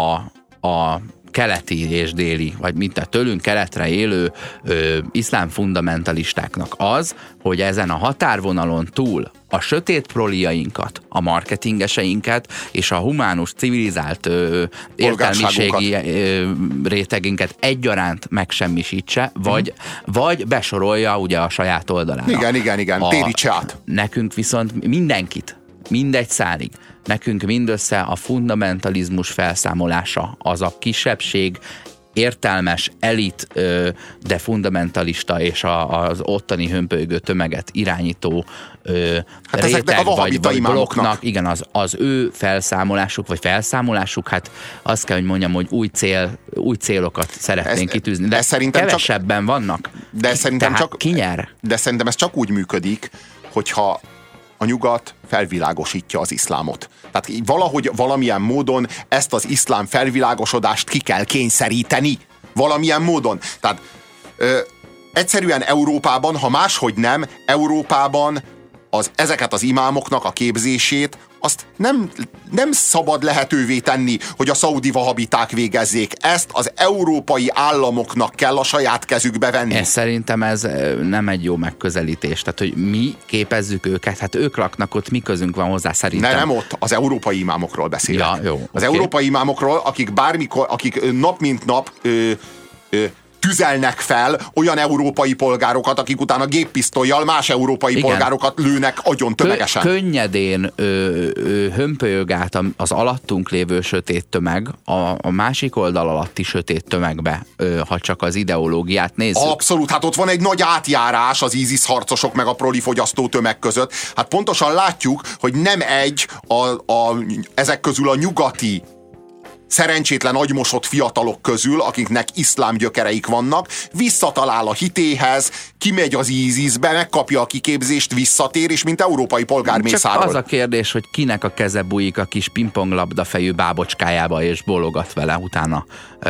S3: a keleti és déli, vagy mint tőlünk keletre élő iszlám fundamentalistáknak az, hogy ezen a határvonalon túl a sötét proliainkat, a marketingeseinket és a humánus, civilizált értelmiségi rétegünket egyaránt megsemmisítse, vagy besorolja ugye a saját oldalára.
S2: Igen, térítse át.
S3: Nekünk viszont mindenkit, mindegy szálig, nekünk mindössze a fundamentalizmus felszámolása, az a kisebbség, értelmes, elit, de fundamentalista és az ottani hömpölygő tömeget irányító réteg, vagy blokknak, igen, az ő felszámolásuk, vagy felszámolásuk, hát azt kell, hogy mondjam, hogy új célokat szeretnénk kitűzni, de kevesebben vannak.
S2: De szerintem
S3: tehát ki nyer?
S2: De szerintem ez csak úgy működik, hogyha a nyugat felvilágosítja az iszlámot. Tehát valahogy, valamilyen módon ezt az iszlám felvilágosodást ki kell kényszeríteni. Valamilyen módon. Tehát egyszerűen Európában, ha máshogy nem, Európában ezeket az imámoknak a képzését azt nem szabad lehetővé tenni, hogy a szaudi vahabiták végezzék. Ezt az európai államoknak kell a saját kezükbe venni.
S3: Szerintem ez nem egy jó megközelítés. Tehát, hogy mi képezzük őket, hát ők laknak ott, mi közünk van hozzá szerintem.
S2: Nem ott, az európai imámokról beszélek.
S3: Ja, jó,
S2: az európai imámokról, akik nap mint nap tüzelnek fel olyan európai polgárokat, akik utána géppisztollyal más európai polgárokat lőnek agyon tömegesen.
S3: Könnyedén hömpölyög át az alattunk lévő sötét tömeg a másik oldal alatti sötét tömegbe, ha csak az ideológiát nézzük.
S2: Abszolút, hát ott van egy nagy átjárás az ISIS harcosok meg a proli fogyasztó tömeg között. Hát pontosan látjuk, hogy nem egy ezek közül a nyugati szerencsétlen agymosott fiatalok közül, akiknek iszlám gyökereik vannak, visszatalál a hitéhez, kimegy az ISIS-be, megkapja a kiképzést, visszatér, és mint európai polgár mészárol.
S3: Csak az a kérdés, hogy kinek a keze bújik a kis pingponglabda fejű bábocskájába, és bólogat vele utána.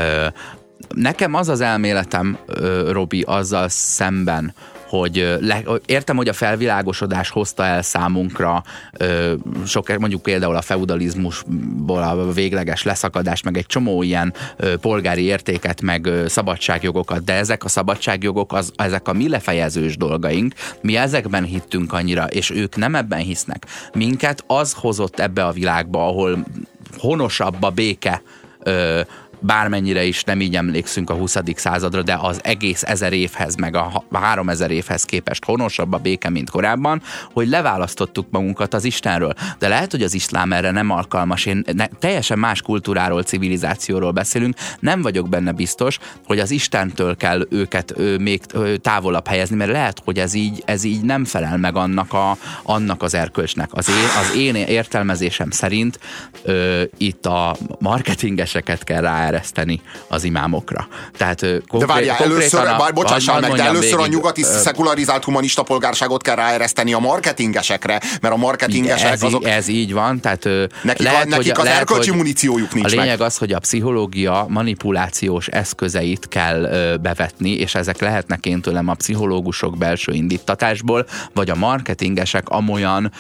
S3: Nekem az az elméletem, Robi, azzal szemben, hogy értem, hogy a felvilágosodás hozta el számunkra mondjuk például a feudalizmusból a végleges leszakadás, meg egy csomó ilyen polgári értéket, meg szabadságjogokat, de ezek a szabadságjogok, ezek a mi lefejezős dolgaink, mi ezekben hittünk annyira, és ők nem ebben hisznek. Minket az hozott ebbe a világba, ahol honosabb a béke, bármennyire is nem így emlékszünk a 20. századra, de az egész 1000 évhez, meg a 3000 évhez képest honosabb a béke, mint korábban, hogy leválasztottuk magunkat az Istenről. De lehet, hogy az iszlám erre nem alkalmas. Teljesen más kultúráról, civilizációról beszélünk, nem vagyok benne biztos, hogy az Istentől kell őket még távolabb helyezni, mert lehet, hogy ez így nem felel meg annak az erkölcsnek. Az én értelmezésem szerint itt a marketingeseket kell ráereszteni az imámokra. Tehát
S2: de várjál, először a nyugati szekularizált humanista polgárságot kell ráereszteni a marketingesekre, mert a marketingesek azok...
S3: Ez így van, tehát
S2: nekik az erkölcsi muníciójuk nincs meg.
S3: A lényeg az, hogy a pszichológia manipulációs eszközeit kell bevetni, és ezek lehetnek én tőlem a pszichológusok belső indítatásból, vagy a marketingesek amolyan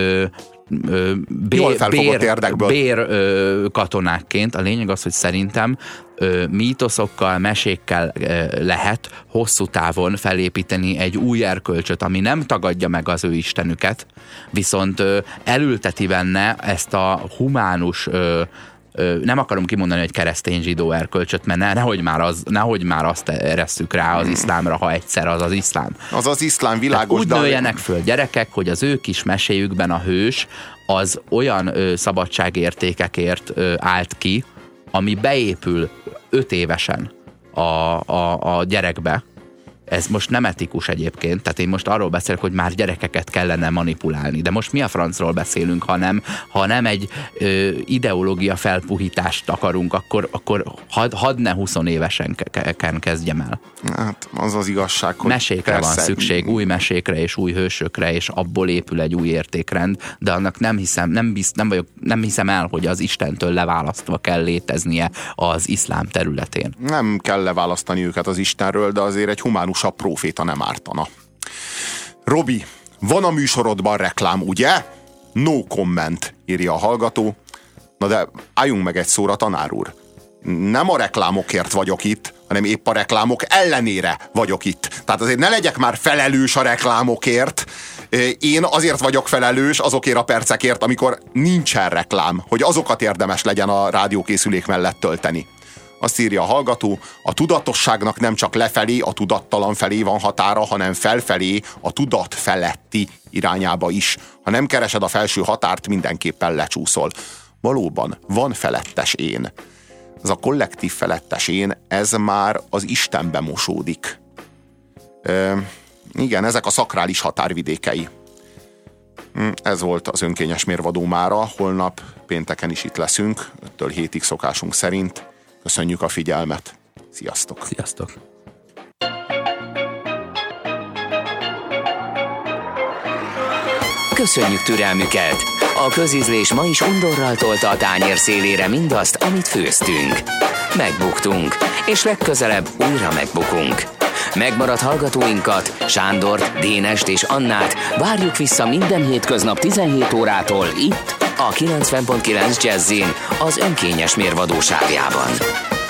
S3: bér katonákként. A lényeg az, hogy szerintem mítoszokkal, mesékkel lehet hosszú távon felépíteni egy új erkölcsöt, ami nem tagadja meg az ő istenüket, viszont elülteti benne ezt a humánus, nem akarom kimondani, hogy keresztény-zsidó erkölcsöt, mert nehogy már azt eresszük rá az iszlámra, ha egyszer az iszlám.
S2: Az az iszlám világos.
S3: Úgy nőjenek föl gyerekek, hogy az ő kis meséjükben a hős az olyan szabadságértékekért állt ki, ami beépül 5 évesen a gyerekbe. Ez most nem etikus egyébként, tehát én most arról beszélek, hogy már gyerekeket kellene manipulálni, de most mi a francról beszélünk, ha nem egy ideológia felpuhítást akarunk, akkor hadd ne 20 évesen kezdjem el.
S2: Hát az az igazság, hogy
S3: mesékre persze, van szükség, új mesékre és új hősökre, és abból épül egy új értékrend, de annak nem hiszem el, hogy az Istentől leválasztva kell léteznie az iszlám területén.
S2: Nem kell leválasztani őket az Istenről, de azért egy humánusabb próféta nem ártana. Robi, van a műsorodban reklám, ugye? No comment, írja a hallgató. Na de álljunk meg egy szóra, tanár úr. Nem a reklámokért vagyok itt, hanem épp a reklámok ellenére vagyok itt. Tehát azért ne legyek már felelős a reklámokért. Én azért vagyok felelős azokért a percekért, amikor nincsen reklám, hogy azokat érdemes legyen a rádiókészülék mellett tölteni. Azt írja a hallgató, a tudatosságnak nem csak lefelé, a tudattalan felé van határa, hanem felfelé, a tudat feletti irányába is. Ha nem keresed a felső határt, mindenképpen lecsúszol. Valóban, van felettes én. Ez a kollektív felettes én, ez már az Istenbe mosódik. Igen, ezek a szakrális határvidékei. Ez volt az önkényes mérvadó mára. Holnap pénteken is itt leszünk, 5-től 7-ig szokásunk szerint. Köszönjük a figyelmet. Sziasztok!
S3: Sziasztok!
S1: Köszönjük türelmüket! A közízlés ma is undorral tolta a tányér szélére mindazt, amit főztünk. Megbuktunk, és legközelebb újra megbukunk. Megmaradt hallgatóinkat, Sándort, Dénest és Annát várjuk vissza minden hétköznap 17 órától itt, a 90.9 Jazzin, az önkényes mérvadó sávjában.